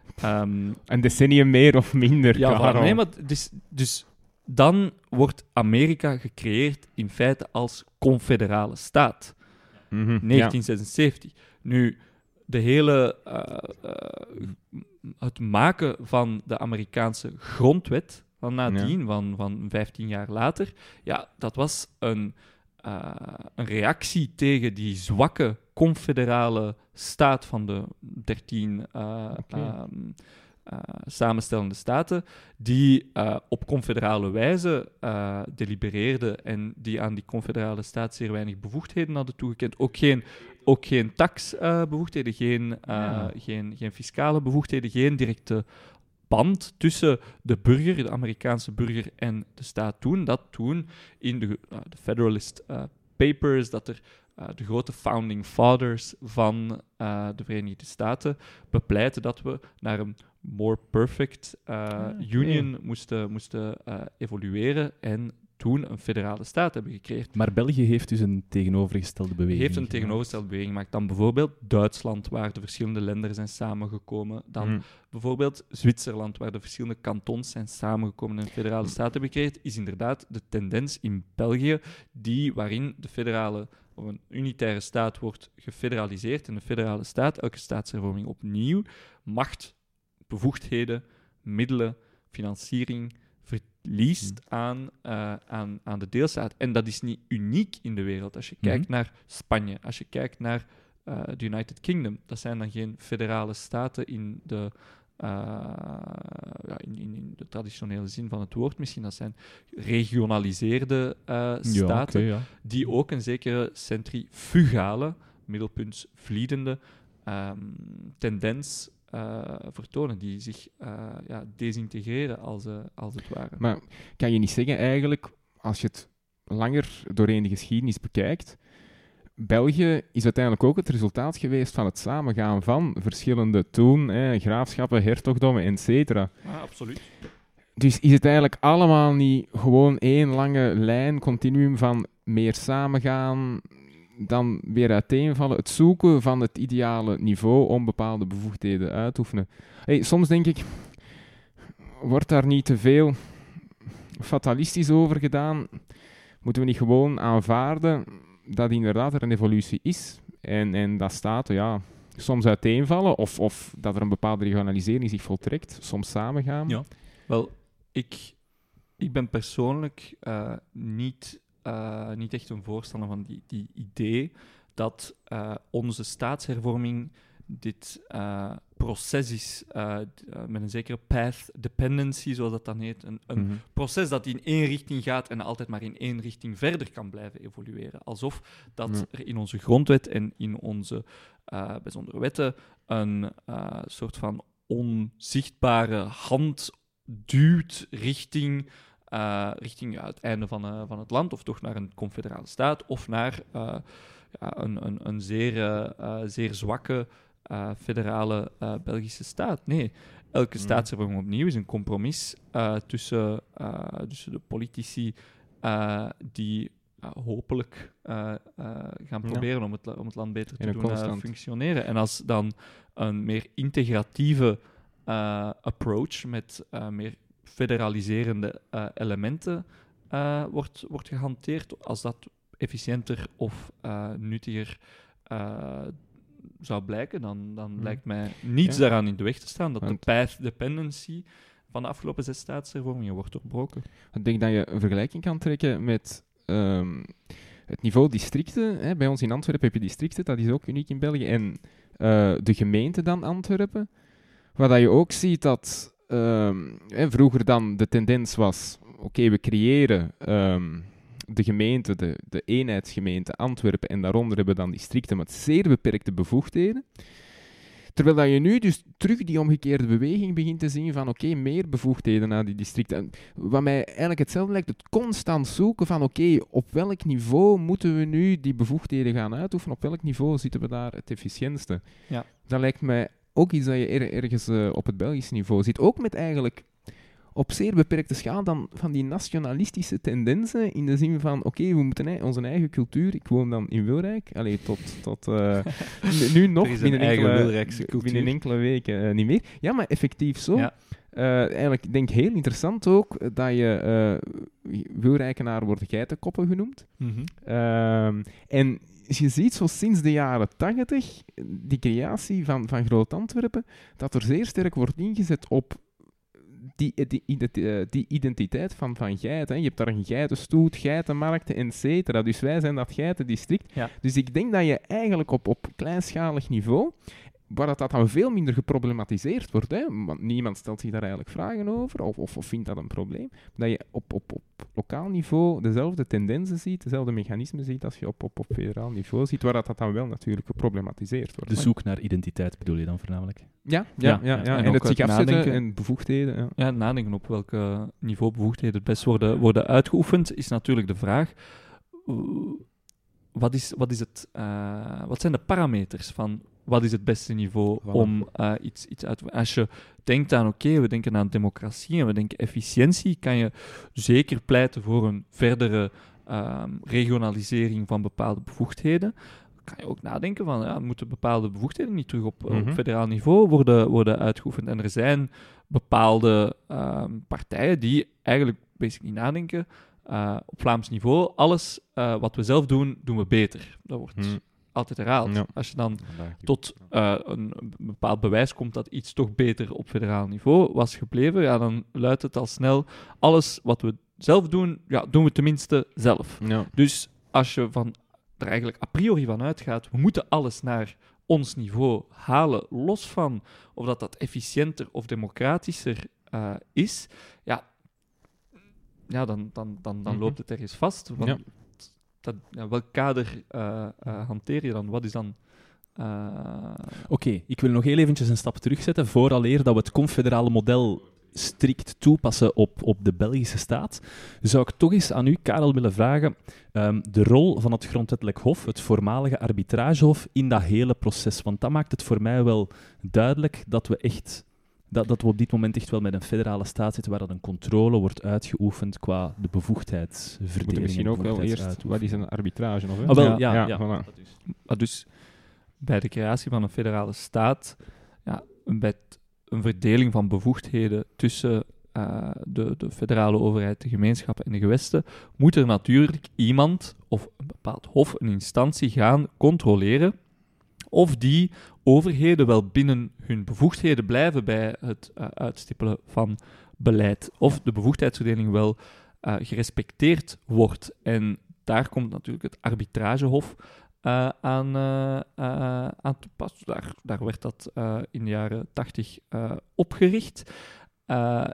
um, Een decennium meer of minder, ja, Karel. voilà. Nee, maar dus, dus dan wordt Amerika gecreëerd in feite als confederale staat. Mhm, negentien zesenzeventig. Ja. Nu, de hele... Uh, uh, het maken van de Amerikaanse grondwet... van nadien, ja. van, van vijftien jaar later, ja, dat was een, uh, een reactie tegen die zwakke confederale staat van de dertien uh, okay. um, uh, samenstellende staten, die uh, op confederale wijze uh, delibereerde en die aan die confederale staat zeer weinig bevoegdheden hadden toegekend. Ook geen, ook geen taxbevoegdheden, uh, geen, uh, ja. geen, geen fiscale bevoegdheden, geen directe band tussen de burger, de Amerikaanse burger en de staat toen. Dat toen in de, uh, de Federalist uh, Papers, dat er uh, de grote founding fathers van uh, de Verenigde Staten bepleiten dat we naar een more perfect uh, ah, okay. union moesten, moesten uh, evolueren en toen een federale staat hebben gecreëerd. Maar België heeft dus een tegenovergestelde beweging heeft een gemaakt. tegenovergestelde beweging gemaakt. Dan bijvoorbeeld Duitsland, waar de verschillende landen zijn samengekomen. Dan hmm. bijvoorbeeld Zwitserland, waar de verschillende kantons zijn samengekomen en een federale staat hebben gecreëerd, is inderdaad de tendens in België, die, waarin de federale of een unitaire staat wordt gefederaliseerd en de federale staat, elke staatshervorming opnieuw, macht, bevoegdheden, middelen, financiering verliest aan, uh, aan, aan de deelstaat. En dat is niet uniek in de wereld. Als je mm-hmm. kijkt naar Spanje, als je kijkt naar uh, de United Kingdom, dat zijn dan geen federale staten in de, uh, ja, in, in, in de traditionele zin van het woord misschien. Dat zijn regionaliseerde uh, staten, ja, okay, ja. die ook een zekere centrifugale, middelpuntsvliedende um, tendens Uh, vertonen, die zich uh, ja, desintegreren als, uh, als het ware. Maar kan je niet zeggen eigenlijk, als je het langer doorheen de geschiedenis bekijkt, België is uiteindelijk ook het resultaat geweest van het samengaan van verschillende toen, eh, graafschappen, hertogdommen, et cetera. Ja, absoluut. Dus is het eigenlijk allemaal niet gewoon één lange lijn, continuum van meer samengaan, dan weer uiteenvallen, het zoeken van het ideale niveau om bepaalde bevoegdheden uit te oefenen. Hey, soms denk ik, wordt daar niet te veel fatalistisch over gedaan? Moeten we niet gewoon aanvaarden dat inderdaad er een evolutie is en, en dat staten ja, soms uiteenvallen of, of dat er een bepaalde regionalisering zich voltrekt, soms samengaan? Ja, wel, ik, ik ben persoonlijk uh, niet... Uh, niet echt een voorstander van die, die idee dat uh, onze staatshervorming dit uh, proces is uh, d- uh, met een zekere path dependency, zoals dat dan heet. Een, een mm-hmm. proces dat in één richting gaat en altijd maar in één richting verder kan blijven evolueren. Alsof dat mm. er in onze grondwet en in onze uh, bijzondere wetten een uh, soort van onzichtbare hand duwt richting... Uh, richting ja, het einde van, uh, van het land, of toch naar een confederale staat, of naar uh, ja, een, een, een zeer, uh, zeer zwakke uh, federale uh, Belgische staat. Nee, elke mm. staatshervorming opnieuw is een compromis uh, tussen, uh, tussen de politici uh, die uh, hopelijk uh, uh, gaan proberen ja. om, het, om het land beter te doen uh, functioneren. En als dan een meer integratieve uh, approach met uh, meer federaliserende uh, elementen uh, wordt, wordt gehanteerd, als dat efficiënter of uh, nuttiger uh, zou blijken, dan, dan hmm. lijkt mij niets ja. daaraan in de weg te staan dat Want... de path dependency van de afgelopen zes staatshervormingen wordt doorbroken. Ik denk dat je een vergelijking kan trekken met um, het niveau districten. Hè. Bij ons in Antwerpen heb je districten, dat is ook uniek in België, en uh, de gemeente dan Antwerpen, waar dat je ook ziet dat Um, en vroeger dan de tendens was, oké, okay, we creëren um, de gemeente, de, de eenheidsgemeente Antwerpen en daaronder hebben we dan districten met zeer beperkte bevoegdheden. Terwijl dat je nu dus terug die omgekeerde beweging begint te zien van oké, okay, meer bevoegdheden naar die districten. En wat mij eigenlijk hetzelfde lijkt, het constant zoeken van oké, okay, op welk niveau moeten we nu die bevoegdheden gaan uitoefenen, op welk niveau zitten we daar het efficiëntste. Ja. Dat lijkt mij ook iets dat je er, ergens uh, op het Belgisch niveau ziet. Ook met eigenlijk op zeer beperkte schaal dan van die nationalistische tendensen in de zin van oké, okay, we moeten ei- onze eigen cultuur, ik woon dan in Wilrijk, allee, tot, tot uh, n- nu nog, binnen enkele, binnen enkele weken uh, niet meer. Ja, maar effectief zo. Ja. Uh, eigenlijk, ik denk heel interessant ook dat je uh, Wilrijkenaar worden geitenkoppen genoemd. Mm-hmm. Uh, en je ziet zo sinds de jaren tachtig, die creatie van, van Groot-Antwerpen, dat er zeer sterk wordt ingezet op Die, die, die, die identiteit van, van geiten. Je hebt daar een geitenstoet, geitenmarkten, et cetera. Dus wij zijn dat geitendistrict. Ja. Dus ik denk dat je eigenlijk op, op kleinschalig niveau, waar dat, dat dan veel minder geproblematiseerd wordt, hè, want niemand stelt zich daar eigenlijk vragen over, of, of, of vindt dat een probleem, dat je op, op, op lokaal niveau dezelfde tendensen ziet, dezelfde mechanismen ziet als je op, op, op federaal niveau ziet, waar dat, dat dan wel natuurlijk geproblematiseerd wordt. De zoek naar identiteit bedoel je dan voornamelijk? Ja, ja, ja, ja, ja. ja. En En, het ook zich het afzetten nadenken. en bevoegdheden. Ja. Ja, nadenken op welk uh, niveau bevoegdheden het best worden, worden uitgeoefend, is natuurlijk de vraag. Uh, wat, is, wat, is het, uh, wat zijn de parameters van wat is het beste niveau Voilà. om uh, iets, iets uit te voeren? Als je denkt aan, oké, okay, we denken aan democratie en we denken efficiëntie, kan je zeker pleiten voor een verdere uh, regionalisering van bepaalde bevoegdheden. Kan je ook nadenken van, ja, moeten bepaalde bevoegdheden niet terug op, Mm-hmm. op federaal niveau worden, worden uitgeoefend? En er zijn bepaalde uh, partijen die eigenlijk basically nadenken, uh, op Vlaams niveau, alles uh, wat we zelf doen, doen we beter. Dat wordt Mm. altijd herhaald. Ja. Als je dan tot uh, een, een bepaald bewijs komt dat iets toch beter op federaal niveau was gebleven, ja, dan luidt het al snel, alles wat we zelf doen, ja, doen we tenminste zelf. Ja. Dus als je van, er eigenlijk a priori van uitgaat, we moeten alles naar ons niveau halen, los van of dat, dat efficiënter of democratischer uh, is, ja, ja dan, dan, dan, dan Mm-hmm. loopt het ergens vast. Want Ja. dat, ja, welk kader uh, uh, hanteer je dan? Wat is dan... Uh... Oké, okay, ik wil nog heel eventjes een stap terugzetten, vooraleer dat we het confederale model strikt toepassen op, op de Belgische staat, zou ik toch eens aan u, Karel, willen vragen um, de rol van het Grondwettelijk Hof, het voormalige arbitragehof, in dat hele proces. Want dat maakt het voor mij wel duidelijk dat we echt... Dat, dat we op dit moment echt wel met een federale staat zitten waar dat een controle wordt uitgeoefend qua de bevoegdheidsverdeling. We moeten misschien ook wel eerst, wat is een arbitrage? Of, hè? Ah, wel, ja, ja, ja. voilà. Dat is. Maar dus bij de creatie van een federale staat, ja, bij t- een verdeling van bevoegdheden tussen uh, de, de federale overheid, de gemeenschappen en de gewesten, moet er natuurlijk iemand of een bepaald hof, een instantie gaan controleren of die overheden wel binnen hun bevoegdheden blijven bij het uh, uitstippelen van beleid. Of de bevoegdheidsverdeling wel uh, gerespecteerd wordt. En daar komt natuurlijk het arbitragehof uh, aan, uh, uh, aan te pas. Daar, daar werd dat uh, in de jaren tachtig uh, opgericht. Uh,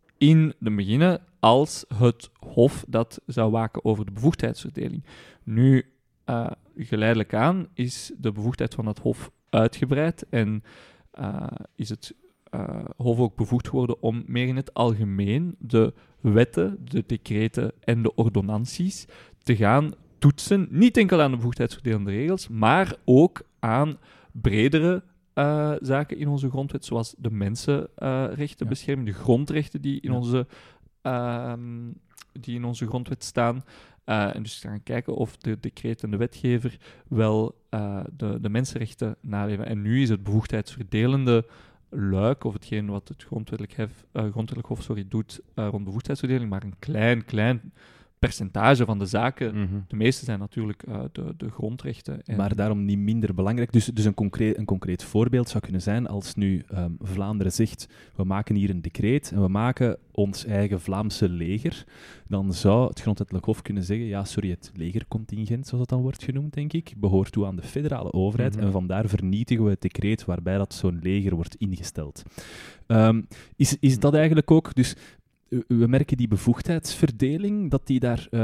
in de beginnen als het hof dat zou waken over de bevoegdheidsverdeling. Nu, uh, geleidelijk aan is de bevoegdheid van het hof uitgebreid en uh, is het uh, hof ook bevoegd geworden om meer in het algemeen de wetten, de decreten en de ordonnanties te gaan toetsen. Niet enkel aan de bevoegdheidsverdelende regels, maar ook aan bredere uh, zaken in onze grondwet, zoals de mensenrechtenbescherming, uh, de grondrechten die in, ja. onze, uh, die in onze grondwet staan. Uh, en dus gaan kijken of de decreet en de wetgever wel uh, de, de mensenrechten naleven. En nu is het bevoegdheidsverdelende luik, of hetgeen wat het grondwettelijk, hef, uh, grondwettelijk hof sorry, doet uh, rond bevoegdheidsverdeling, maar een klein, klein percentage van de zaken. Mm-hmm. De meeste zijn natuurlijk uh, de, de grondrechten. En maar daarom niet minder belangrijk. Dus, dus een, concreet, een concreet voorbeeld zou kunnen zijn als nu um, Vlaanderen zegt, we maken hier een decreet en we maken ons eigen Vlaamse leger, dan zou het Grondwettelijk Hof kunnen zeggen, ja, sorry, het legercontingent, zoals het dan wordt genoemd, denk ik, behoort toe aan de federale overheid Mm-hmm. en vandaar vernietigen we het decreet waarbij dat zo'n leger wordt ingesteld. Um, is, is dat eigenlijk ook... Dus we merken die bevoegdheidsverdeling, dat die daar um,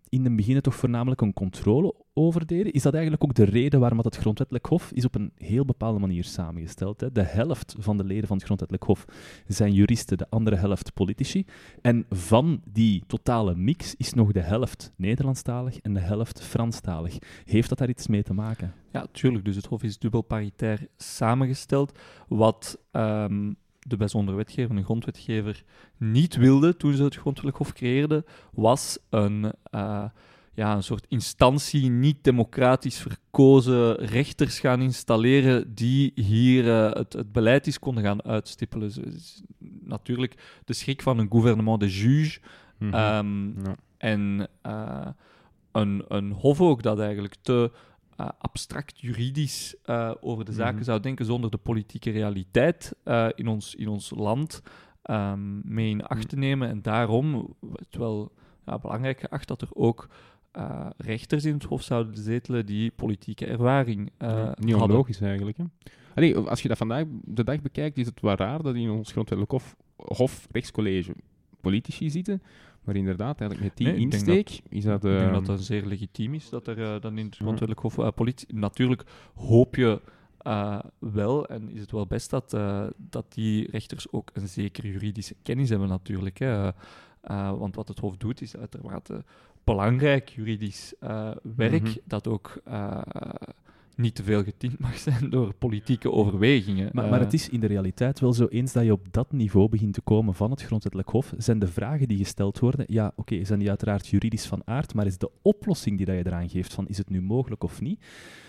in het begin toch voornamelijk een controle over deden. Is dat eigenlijk ook de reden waarom het Grondwettelijk Hof is op een heel bepaalde manier samengesteld? Hè? De helft van de leden van het Grondwettelijk Hof zijn juristen, de andere helft politici. En van die totale mix is nog de helft Nederlandstalig en de helft Franstalig. Heeft dat daar iets mee te maken? Ja, tuurlijk. Dus het Hof is dubbel paritair samengesteld. Wat um, de bijzondere wetgever, de grondwetgever, niet wilde toen ze het Grondwettelijk Hof creëerden, was een, uh, ja, een soort instantie, niet democratisch verkozen rechters gaan installeren die hier uh, het, het beleid eens konden gaan uitstippelen. Dus, natuurlijk de schrik van een gouvernement de juge. Mm-hmm. Um, ja. En uh, een, een hof ook dat eigenlijk te uh, abstract juridisch uh, over de zaken mm-hmm. zou denken zonder de politieke realiteit uh, in, ons, in ons land um, mee in acht te nemen. En daarom het wel ja, belangrijk geacht dat er ook uh, rechters in het hof zouden zetelen die politieke ervaring uh, ja, niet hadden. onlogisch eigenlijk, hè? Allee, als je dat vandaag de dag bekijkt, is het wel raar dat in ons grondwettelijk hof, hof rechtscollege politici zitten. Maar inderdaad, eigenlijk met die nee, insteek dat, is dat... Uh, ik denk dat dat zeer legitiem is, dat er uh, dan in het grondwettelijk hof uh, politie... Natuurlijk hoop je uh, wel, en is het wel best dat, uh, dat die rechters ook een zekere juridische kennis hebben natuurlijk. Hè. Uh, uh, want wat het hof doet, is uitermate belangrijk juridisch uh, werk, mm-hmm. dat ook... Uh, niet te veel getint mag zijn door politieke overwegingen. Maar, maar het is in de realiteit wel zo, eens dat je op dat niveau begint te komen van het Grondwettelijk Hof, zijn de vragen die gesteld worden, ja, oké, okay, zijn die uiteraard juridisch van aard, maar is de oplossing die dat je eraan geeft van is het nu mogelijk of niet,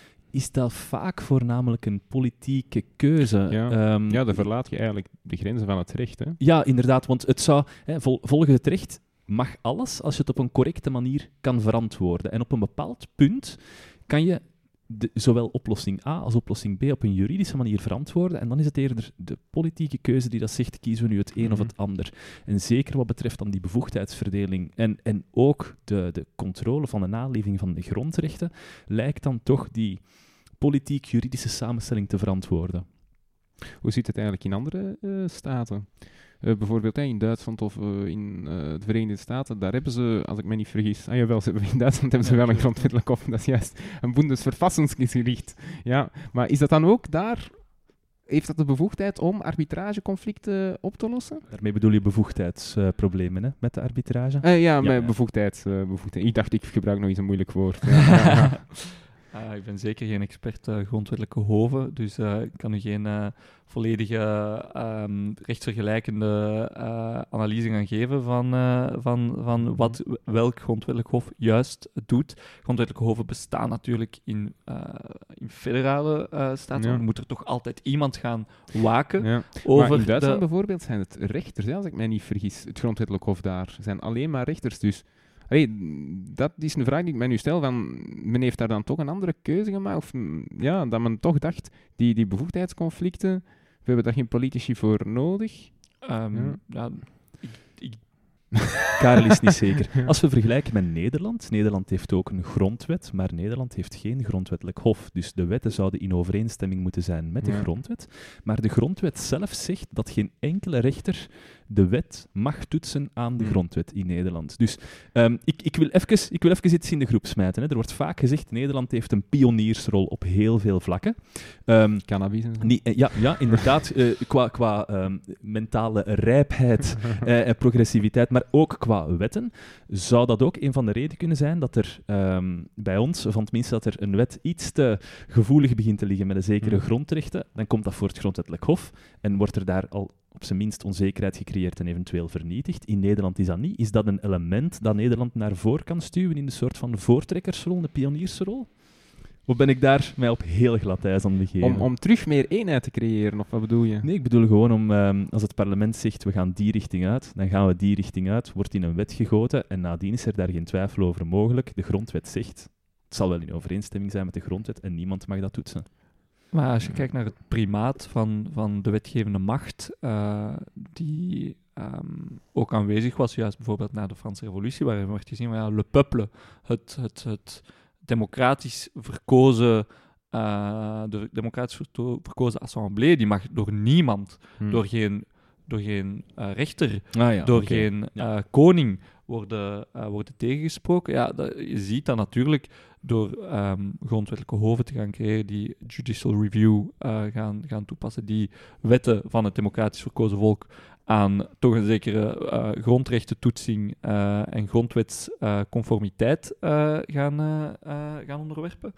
is dat vaak voornamelijk een politieke keuze. Ja, um, ja dan verlaat je eigenlijk de grenzen van het recht. Hè? Ja, inderdaad, want het zou, hè, vol, volgens het recht mag alles als je het op een correcte manier kan verantwoorden. En op een bepaald punt kan je De, zowel oplossing A als oplossing B op een juridische manier verantwoorden. En dan is het eerder de politieke keuze die dat zegt, kiezen we nu het een mm-hmm. of het ander. En zeker wat betreft dan die bevoegdheidsverdeling en, en ook de, de controle van de naleving van de grondrechten, lijkt dan toch die politiek-juridische samenstelling te verantwoorden. Hoe zit het eigenlijk in andere uh, staten? Uh, bijvoorbeeld hey, in Duitsland of uh, in uh, de Verenigde Staten, daar hebben ze, als ik me niet vergis, ah jawel, ze, in Duitsland hebben ze wel een grondwettelijk hof, dat is juist een Bundesverfassungsgericht. Ja, maar is dat dan ook daar, heeft dat de bevoegdheid om arbitrageconflicten op te lossen? Daarmee bedoel je bevoegdheidsproblemen uh, met de arbitrage? Uh, ja, ja, met ja. Bevoegdheid, uh, bevoegdheid. Ik dacht, ik gebruik nog eens een moeilijk woord. Ja, ja, ja. Uh, ik ben zeker geen expert uh, grondwettelijke hoven, dus uh, ik kan u geen uh, volledige uh, um, rechtsvergelijkende uh, analyse gaan geven van, uh, van, van wat welk grondwettelijk hof juist doet. Grondwettelijke hoven bestaan natuurlijk in, uh, in federale uh, staten. Ja. Dan moet er toch altijd iemand gaan waken ja. over maar in Duitsland de... bijvoorbeeld zijn het rechters, hè, als ik mij niet vergis. Het grondwettelijk hof daar zijn alleen maar rechters, dus... Hey, dat is een vraag die ik mij nu stel, van, men heeft daar dan toch een andere keuze gemaakt? Of ja, dat men toch dacht, die, die bevoegdheidsconflicten, we hebben daar geen politici voor nodig? Um, ja. Ja, ik, ik... Karel is niet zeker. Als we vergelijken met Nederland, Nederland heeft ook een grondwet, maar Nederland heeft geen grondwettelijk hof. Dus de wetten zouden in overeenstemming moeten zijn met de ja. grondwet. Maar de grondwet zelf zegt dat geen enkele rechter de wet mag toetsen aan de grondwet in Nederland. Dus um, ik, ik, wil even, ik wil even iets in de groep smijten. Hè. Er wordt vaak gezegd, Nederland heeft een pioniersrol op heel veel vlakken. Um, Cannabis. Nie, ja, ja, inderdaad. Uh, qua qua um, mentale rijpheid uh, en progressiviteit, maar ook qua wetten, zou dat ook een van de redenen kunnen zijn dat er um, bij ons, van tenminste dat er een wet iets te gevoelig begint te liggen met een zekere mm. grondrechten, dan komt dat voor het grondwettelijk hof en wordt er daar al op zijn minst onzekerheid gecreëerd en eventueel vernietigd. In Nederland is dat niet. Is dat een element dat Nederland naar voren kan stuwen in een soort van voortrekkersrol, een pioniersrol? Of ben ik daar mij op heel glad ijs aan begeven? Om, om terug meer eenheid te creëren, of wat bedoel je? Nee, ik bedoel gewoon om, um, als het parlement zegt, we gaan die richting uit, dan gaan we die richting uit, wordt in een wet gegoten en nadien is er daar geen twijfel over mogelijk. De grondwet zegt, het zal wel in overeenstemming zijn met de grondwet en niemand mag dat toetsen. Maar als je kijkt naar het primaat van, van de wetgevende macht, uh, die um, ook aanwezig was, juist bijvoorbeeld na de Franse Revolutie, waarin werd gezien, maar ja, le peuple, het, het, het democratisch verkozen, uh, de democratisch verto- verkozen assemblée, die mag door niemand, hmm. door geen, door geen uh, rechter, ah, ja, door okay. geen uh, ja. koning worden, uh, worden tegengesproken. Ja, dat, je ziet dat natuurlijk door um, grondwettelijke hoven te gaan creëren die judicial review uh, gaan, gaan toepassen, die wetten van het democratisch verkozen volk aan toch een zekere uh, grondrechtentoetsing uh, en grondwetsconformiteit uh, uh, gaan, uh, uh, gaan onderwerpen.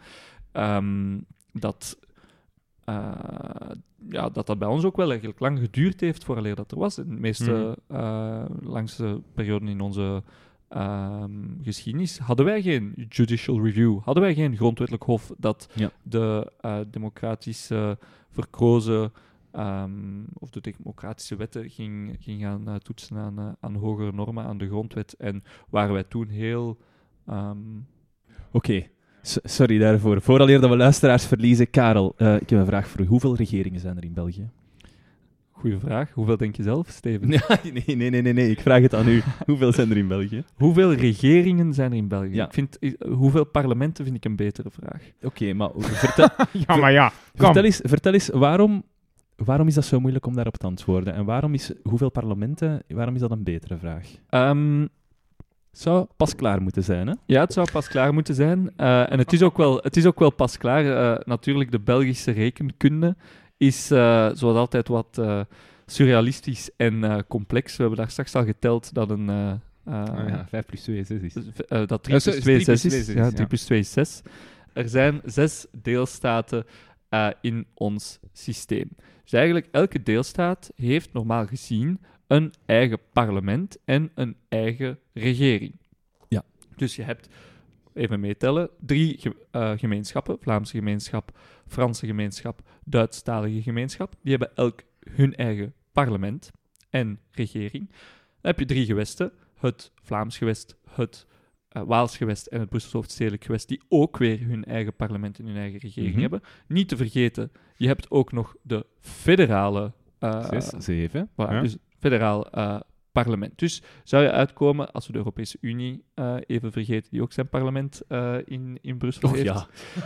Um, dat, uh, ja, dat dat bij ons ook wel eigenlijk lang geduurd heeft vooraleer dat er was. In de meeste mm. uh, langste perioden in onze uh, geschiedenis hadden wij geen judicial review, hadden wij geen grondwettelijk hof dat ja. de uh, democratische verkozen Um, of de democratische wetten ging, ging gaan uh, toetsen aan, uh, aan hogere normen, aan de grondwet. En waren wij toen heel... Um... Oké, okay. S- sorry daarvoor. Vooraleer dat we luisteraars verliezen, Karel, uh, ik heb een vraag voor u. Hoeveel regeringen zijn er in België? Goeie vraag. Hoeveel denk je zelf, Steven? nee, nee, nee, nee, nee. Ik vraag het aan u. Hoeveel zijn er in België? Hoeveel regeringen zijn er in België? Ja. Ik vind, uh, hoeveel parlementen vind ik een betere vraag. Oké, okay, maar vertel... ja, maar ja. Vertel eens, vertel eens waarom... Waarom is dat zo moeilijk om daarop te antwoorden? En waarom is hoeveel parlementen, waarom is dat een betere vraag? Um, zou pas klaar moeten zijn, hè? Ja, het zou pas klaar moeten zijn. Uh, en het is, ook wel, het is ook wel pas klaar. Uh, natuurlijk, de Belgische rekenkunde is, uh, zoals altijd, wat uh, surrealistisch en uh, complex. We hebben daar straks al geteld dat een... Uh, uh, oh ja, vijf plus twee is zes is. Uh, dat drie plus twee zes is. Ja, drie plus twee is zes. Er zijn zes deelstaten uh, in ons systeem. Dus eigenlijk elke deelstaat heeft normaal gezien een eigen parlement en een eigen regering. Ja. Dus je hebt, even meetellen, drie ge- uh, gemeenschappen. Vlaamse gemeenschap, Franse gemeenschap, Duitsstalige gemeenschap. Die hebben elk hun eigen parlement en regering. Dan heb je drie gewesten. Het Vlaams gewest, het uh, Waals gewest en het Brussels hoofdstedelijk gewest, die ook weer hun eigen parlement en hun eigen regering mm-hmm. hebben. Niet te vergeten, je hebt ook nog de federale... Uh, Zes, zeven. Voilà, ja. Dus federaal uh, parlement. Dus zou je uitkomen, als we de Europese Unie uh, even vergeten, die ook zijn parlement uh, in, in Brussel oh, heeft, ja.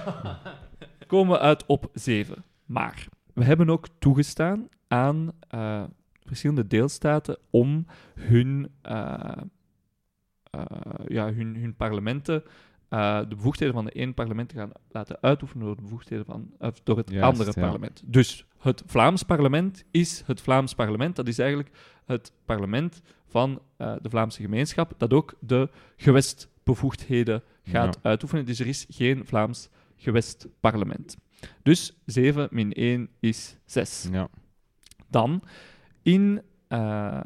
komen we uit op zeven. Maar we hebben ook toegestaan aan uh, verschillende deelstaten om hun... Uh, Uh, ja, hun, hun parlementen, uh, de bevoegdheden van de ene parlement te gaan laten uitoefenen door de bevoegdheden van, uh, door het Juist, andere ja. parlement. Dus het Vlaams parlement is het Vlaams parlement. Dat is eigenlijk het parlement van uh, de Vlaamse gemeenschap, dat ook de gewestbevoegdheden gaat Ja. uitoefenen. Dus er is geen Vlaams gewestparlement. Dus zeven min één is zes. Ja. Dan, in, uh,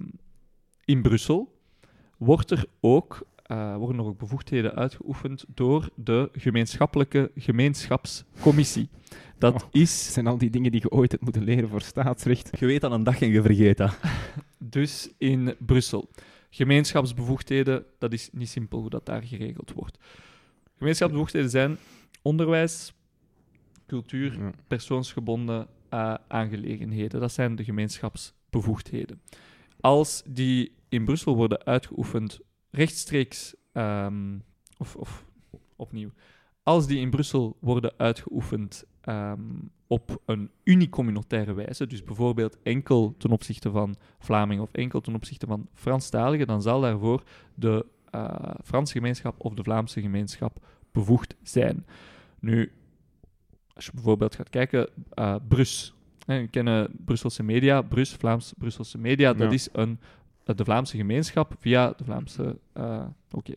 in Brussel wordt er ook, uh, worden er ook bevoegdheden uitgeoefend door de gemeenschappelijke gemeenschapscommissie. Dat Oh, is... Het zijn al die dingen die je ooit hebt moeten leren voor staatsrecht. Je weet aan een dag en je vergeet dat. Dus in Brussel. Gemeenschapsbevoegdheden, dat is niet simpel hoe dat daar geregeld wordt. Gemeenschapsbevoegdheden zijn onderwijs, cultuur, Ja. persoonsgebonden uh, aangelegenheden. Dat zijn de gemeenschapsbevoegdheden. Als die in Brussel worden uitgeoefend rechtstreeks, um, of, of opnieuw, als die in Brussel worden uitgeoefend um, op een unicommunautaire wijze, dus bijvoorbeeld enkel ten opzichte van Vlamingen of enkel ten opzichte van Franstaligen, dan zal daarvoor de uh, Franse gemeenschap of de Vlaamse gemeenschap bevoegd zijn. Nu, als je bijvoorbeeld gaat kijken, uh, Brus. We kennen Brusselse media, Brus, Vlaams Brusselse media, dat Ja. is een, de Vlaamse gemeenschap via de Vlaamse... Uh, Oké. Okay.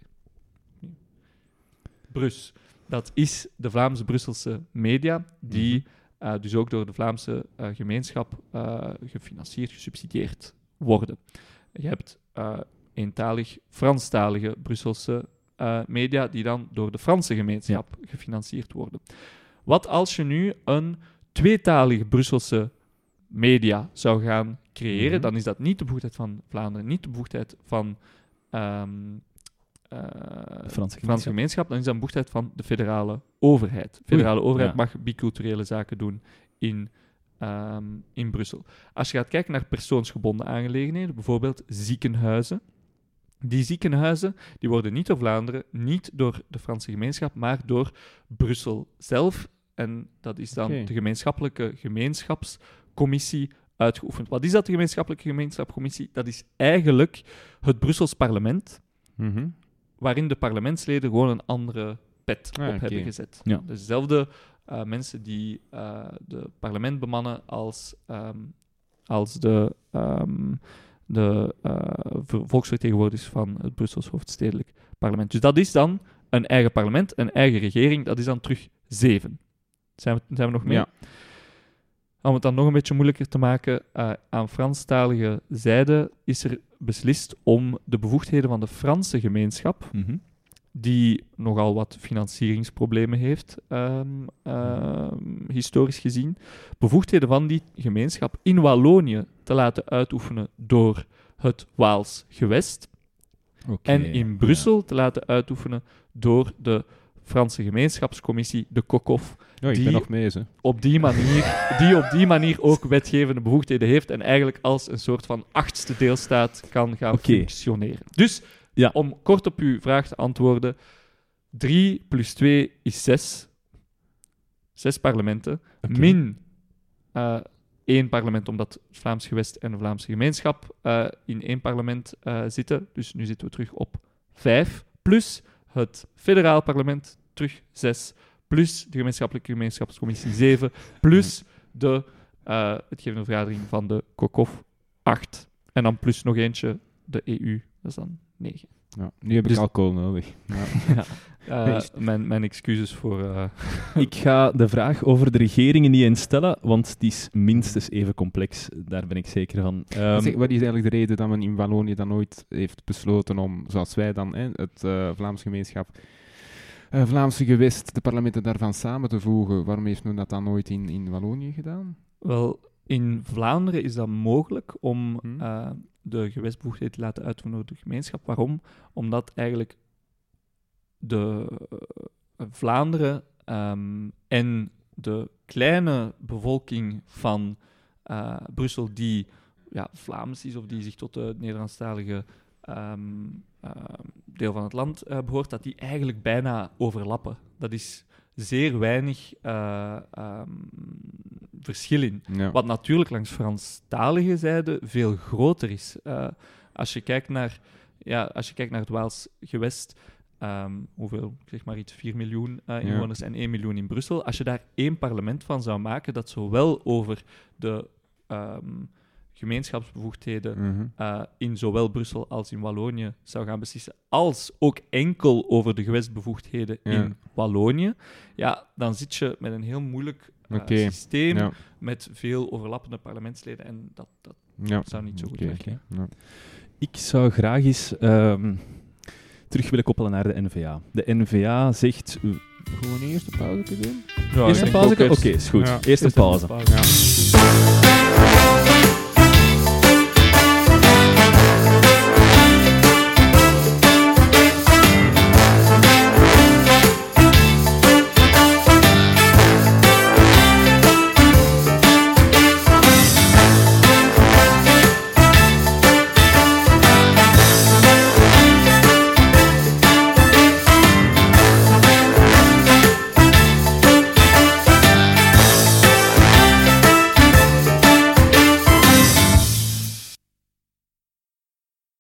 Brus. Dat is de Vlaams-Brusselse media, die uh, dus ook door de Vlaamse uh, gemeenschap uh, gefinancierd, gesubsidieerd worden. Je hebt uh, eentalig Franstalige Brusselse uh, media, die dan door de Franse gemeenschap ja. gefinancierd worden. Wat als je nu een tweetalige Brusselse media zou gaan creëren, mm-hmm. dan is dat niet de bevoegdheid van Vlaanderen, niet de bevoegdheid van um, uh, de Franse Franse gemeenschap, dan is dat een bevoegdheid van de federale overheid. De federale Oei, overheid ja. mag biculturele zaken doen in, um, in Brussel. Als je gaat kijken naar persoonsgebonden aangelegenheden, bijvoorbeeld ziekenhuizen, die ziekenhuizen die worden niet door Vlaanderen, niet door de Franse gemeenschap, maar door Brussel zelf. En dat is dan Okay. de gemeenschappelijke gemeenschapscommissie uitgeoefend. Wat is dat, de gemeenschappelijke gemeenschapscommissie? Dat is eigenlijk het Brussels parlement Mhm. waarin de parlementsleden gewoon een andere pet Ah, op oké. hebben gezet. Ja. Dezelfde uh, mensen die uh, de parlement bemannen als, um, als de, um, de uh, volksvertegenwoordigers van het Brussels hoofdstedelijk parlement. Dus dat is dan een eigen parlement, een eigen regering, dat is dan terug zeven. Zijn we, zijn we nog mee? Ja. Om het dan nog een beetje moeilijker te maken, uh, aan Franstalige zijde is er beslist om de bevoegdheden van de Franse gemeenschap, Mhm. die nogal wat financieringsproblemen heeft, um, uh, historisch gezien, bevoegdheden van die gemeenschap in Wallonië te laten uitoefenen door het Waals gewest Okay, en in Brussel ja. te laten uitoefenen door de Franse gemeenschapscommissie, de COCOF, Oh, ik die ben nog mee, ze. op die manier, die op die manier ook wetgevende bevoegdheden heeft en eigenlijk als een soort van achtste deelstaat kan gaan okay. functioneren. Dus, ja. om kort op uw vraag te antwoorden, drie plus twee is zes. Zes parlementen, Okay. min uh, één parlement, omdat het Vlaams gewest en de Vlaamse gemeenschap uh, in één parlement uh, zitten. Dus nu zitten we terug op vijf, plus het federaal parlement, terug zes, plus de gemeenschappelijke gemeenschapscommissie zeven, plus de uh, het vergadering van de COCOF acht. En dan plus nog eentje, de E U, dat is dan negen. Ja, nu heb ik Dus- alcohol nodig. Ja. Uh, mijn, mijn excuses voor... Uh, Ik ga de vraag over de regeringen niet eens stellen, want die is minstens even complex. Daar ben ik zeker van. Um, Zeg, wat is eigenlijk de reden dat men in Wallonië dan ooit heeft besloten om, zoals wij dan, hè, het uh, Vlaams gemeenschap, uh, Vlaamse gewest, de parlementen daarvan samen te voegen? Waarom heeft men dat dan nooit in, in Wallonië gedaan? Wel, in Vlaanderen is dat mogelijk om Hmm. uh, de gewestbevoegdheid te laten uitoefenen door de gemeenschap. Waarom? Omdat eigenlijk de uh, Vlaanderen um, en de kleine bevolking van uh, Brussel die ja, Vlaams is of die zich tot de Nederlandstalige um, uh, deel van het land uh, behoort, dat die eigenlijk bijna overlappen. Dat is zeer weinig uh, um, verschil in. Ja. Wat natuurlijk langs Franstalige zijde veel groter is. Uh, als je kijkt naar, ja, als je kijkt naar het Waals gewest, um, hoeveel, zeg maar iets, vier miljoen uh, inwoners ja. en één miljoen in Brussel. Als je daar één parlement van zou maken dat zowel over de um, gemeenschapsbevoegdheden Mm-hmm. uh, in zowel Brussel als in Wallonië zou gaan beslissen, als ook enkel over de gewestbevoegdheden Ja. in Wallonië, ja, dan zit je met een heel moeilijk uh, Okay. systeem Ja. met veel overlappende parlementsleden en dat, dat Ja. zou niet zo goed Oké. werken. Ja. Ik zou graag eens um, terug willen koppelen naar de N V A. De N V A zegt... Uh, Gewoon een eerste pauze doen? Ja, eerste ik denk pauze? ook Oké, eerst- is goed. Ja. Eerste eerst pauze. even pauze. Ja.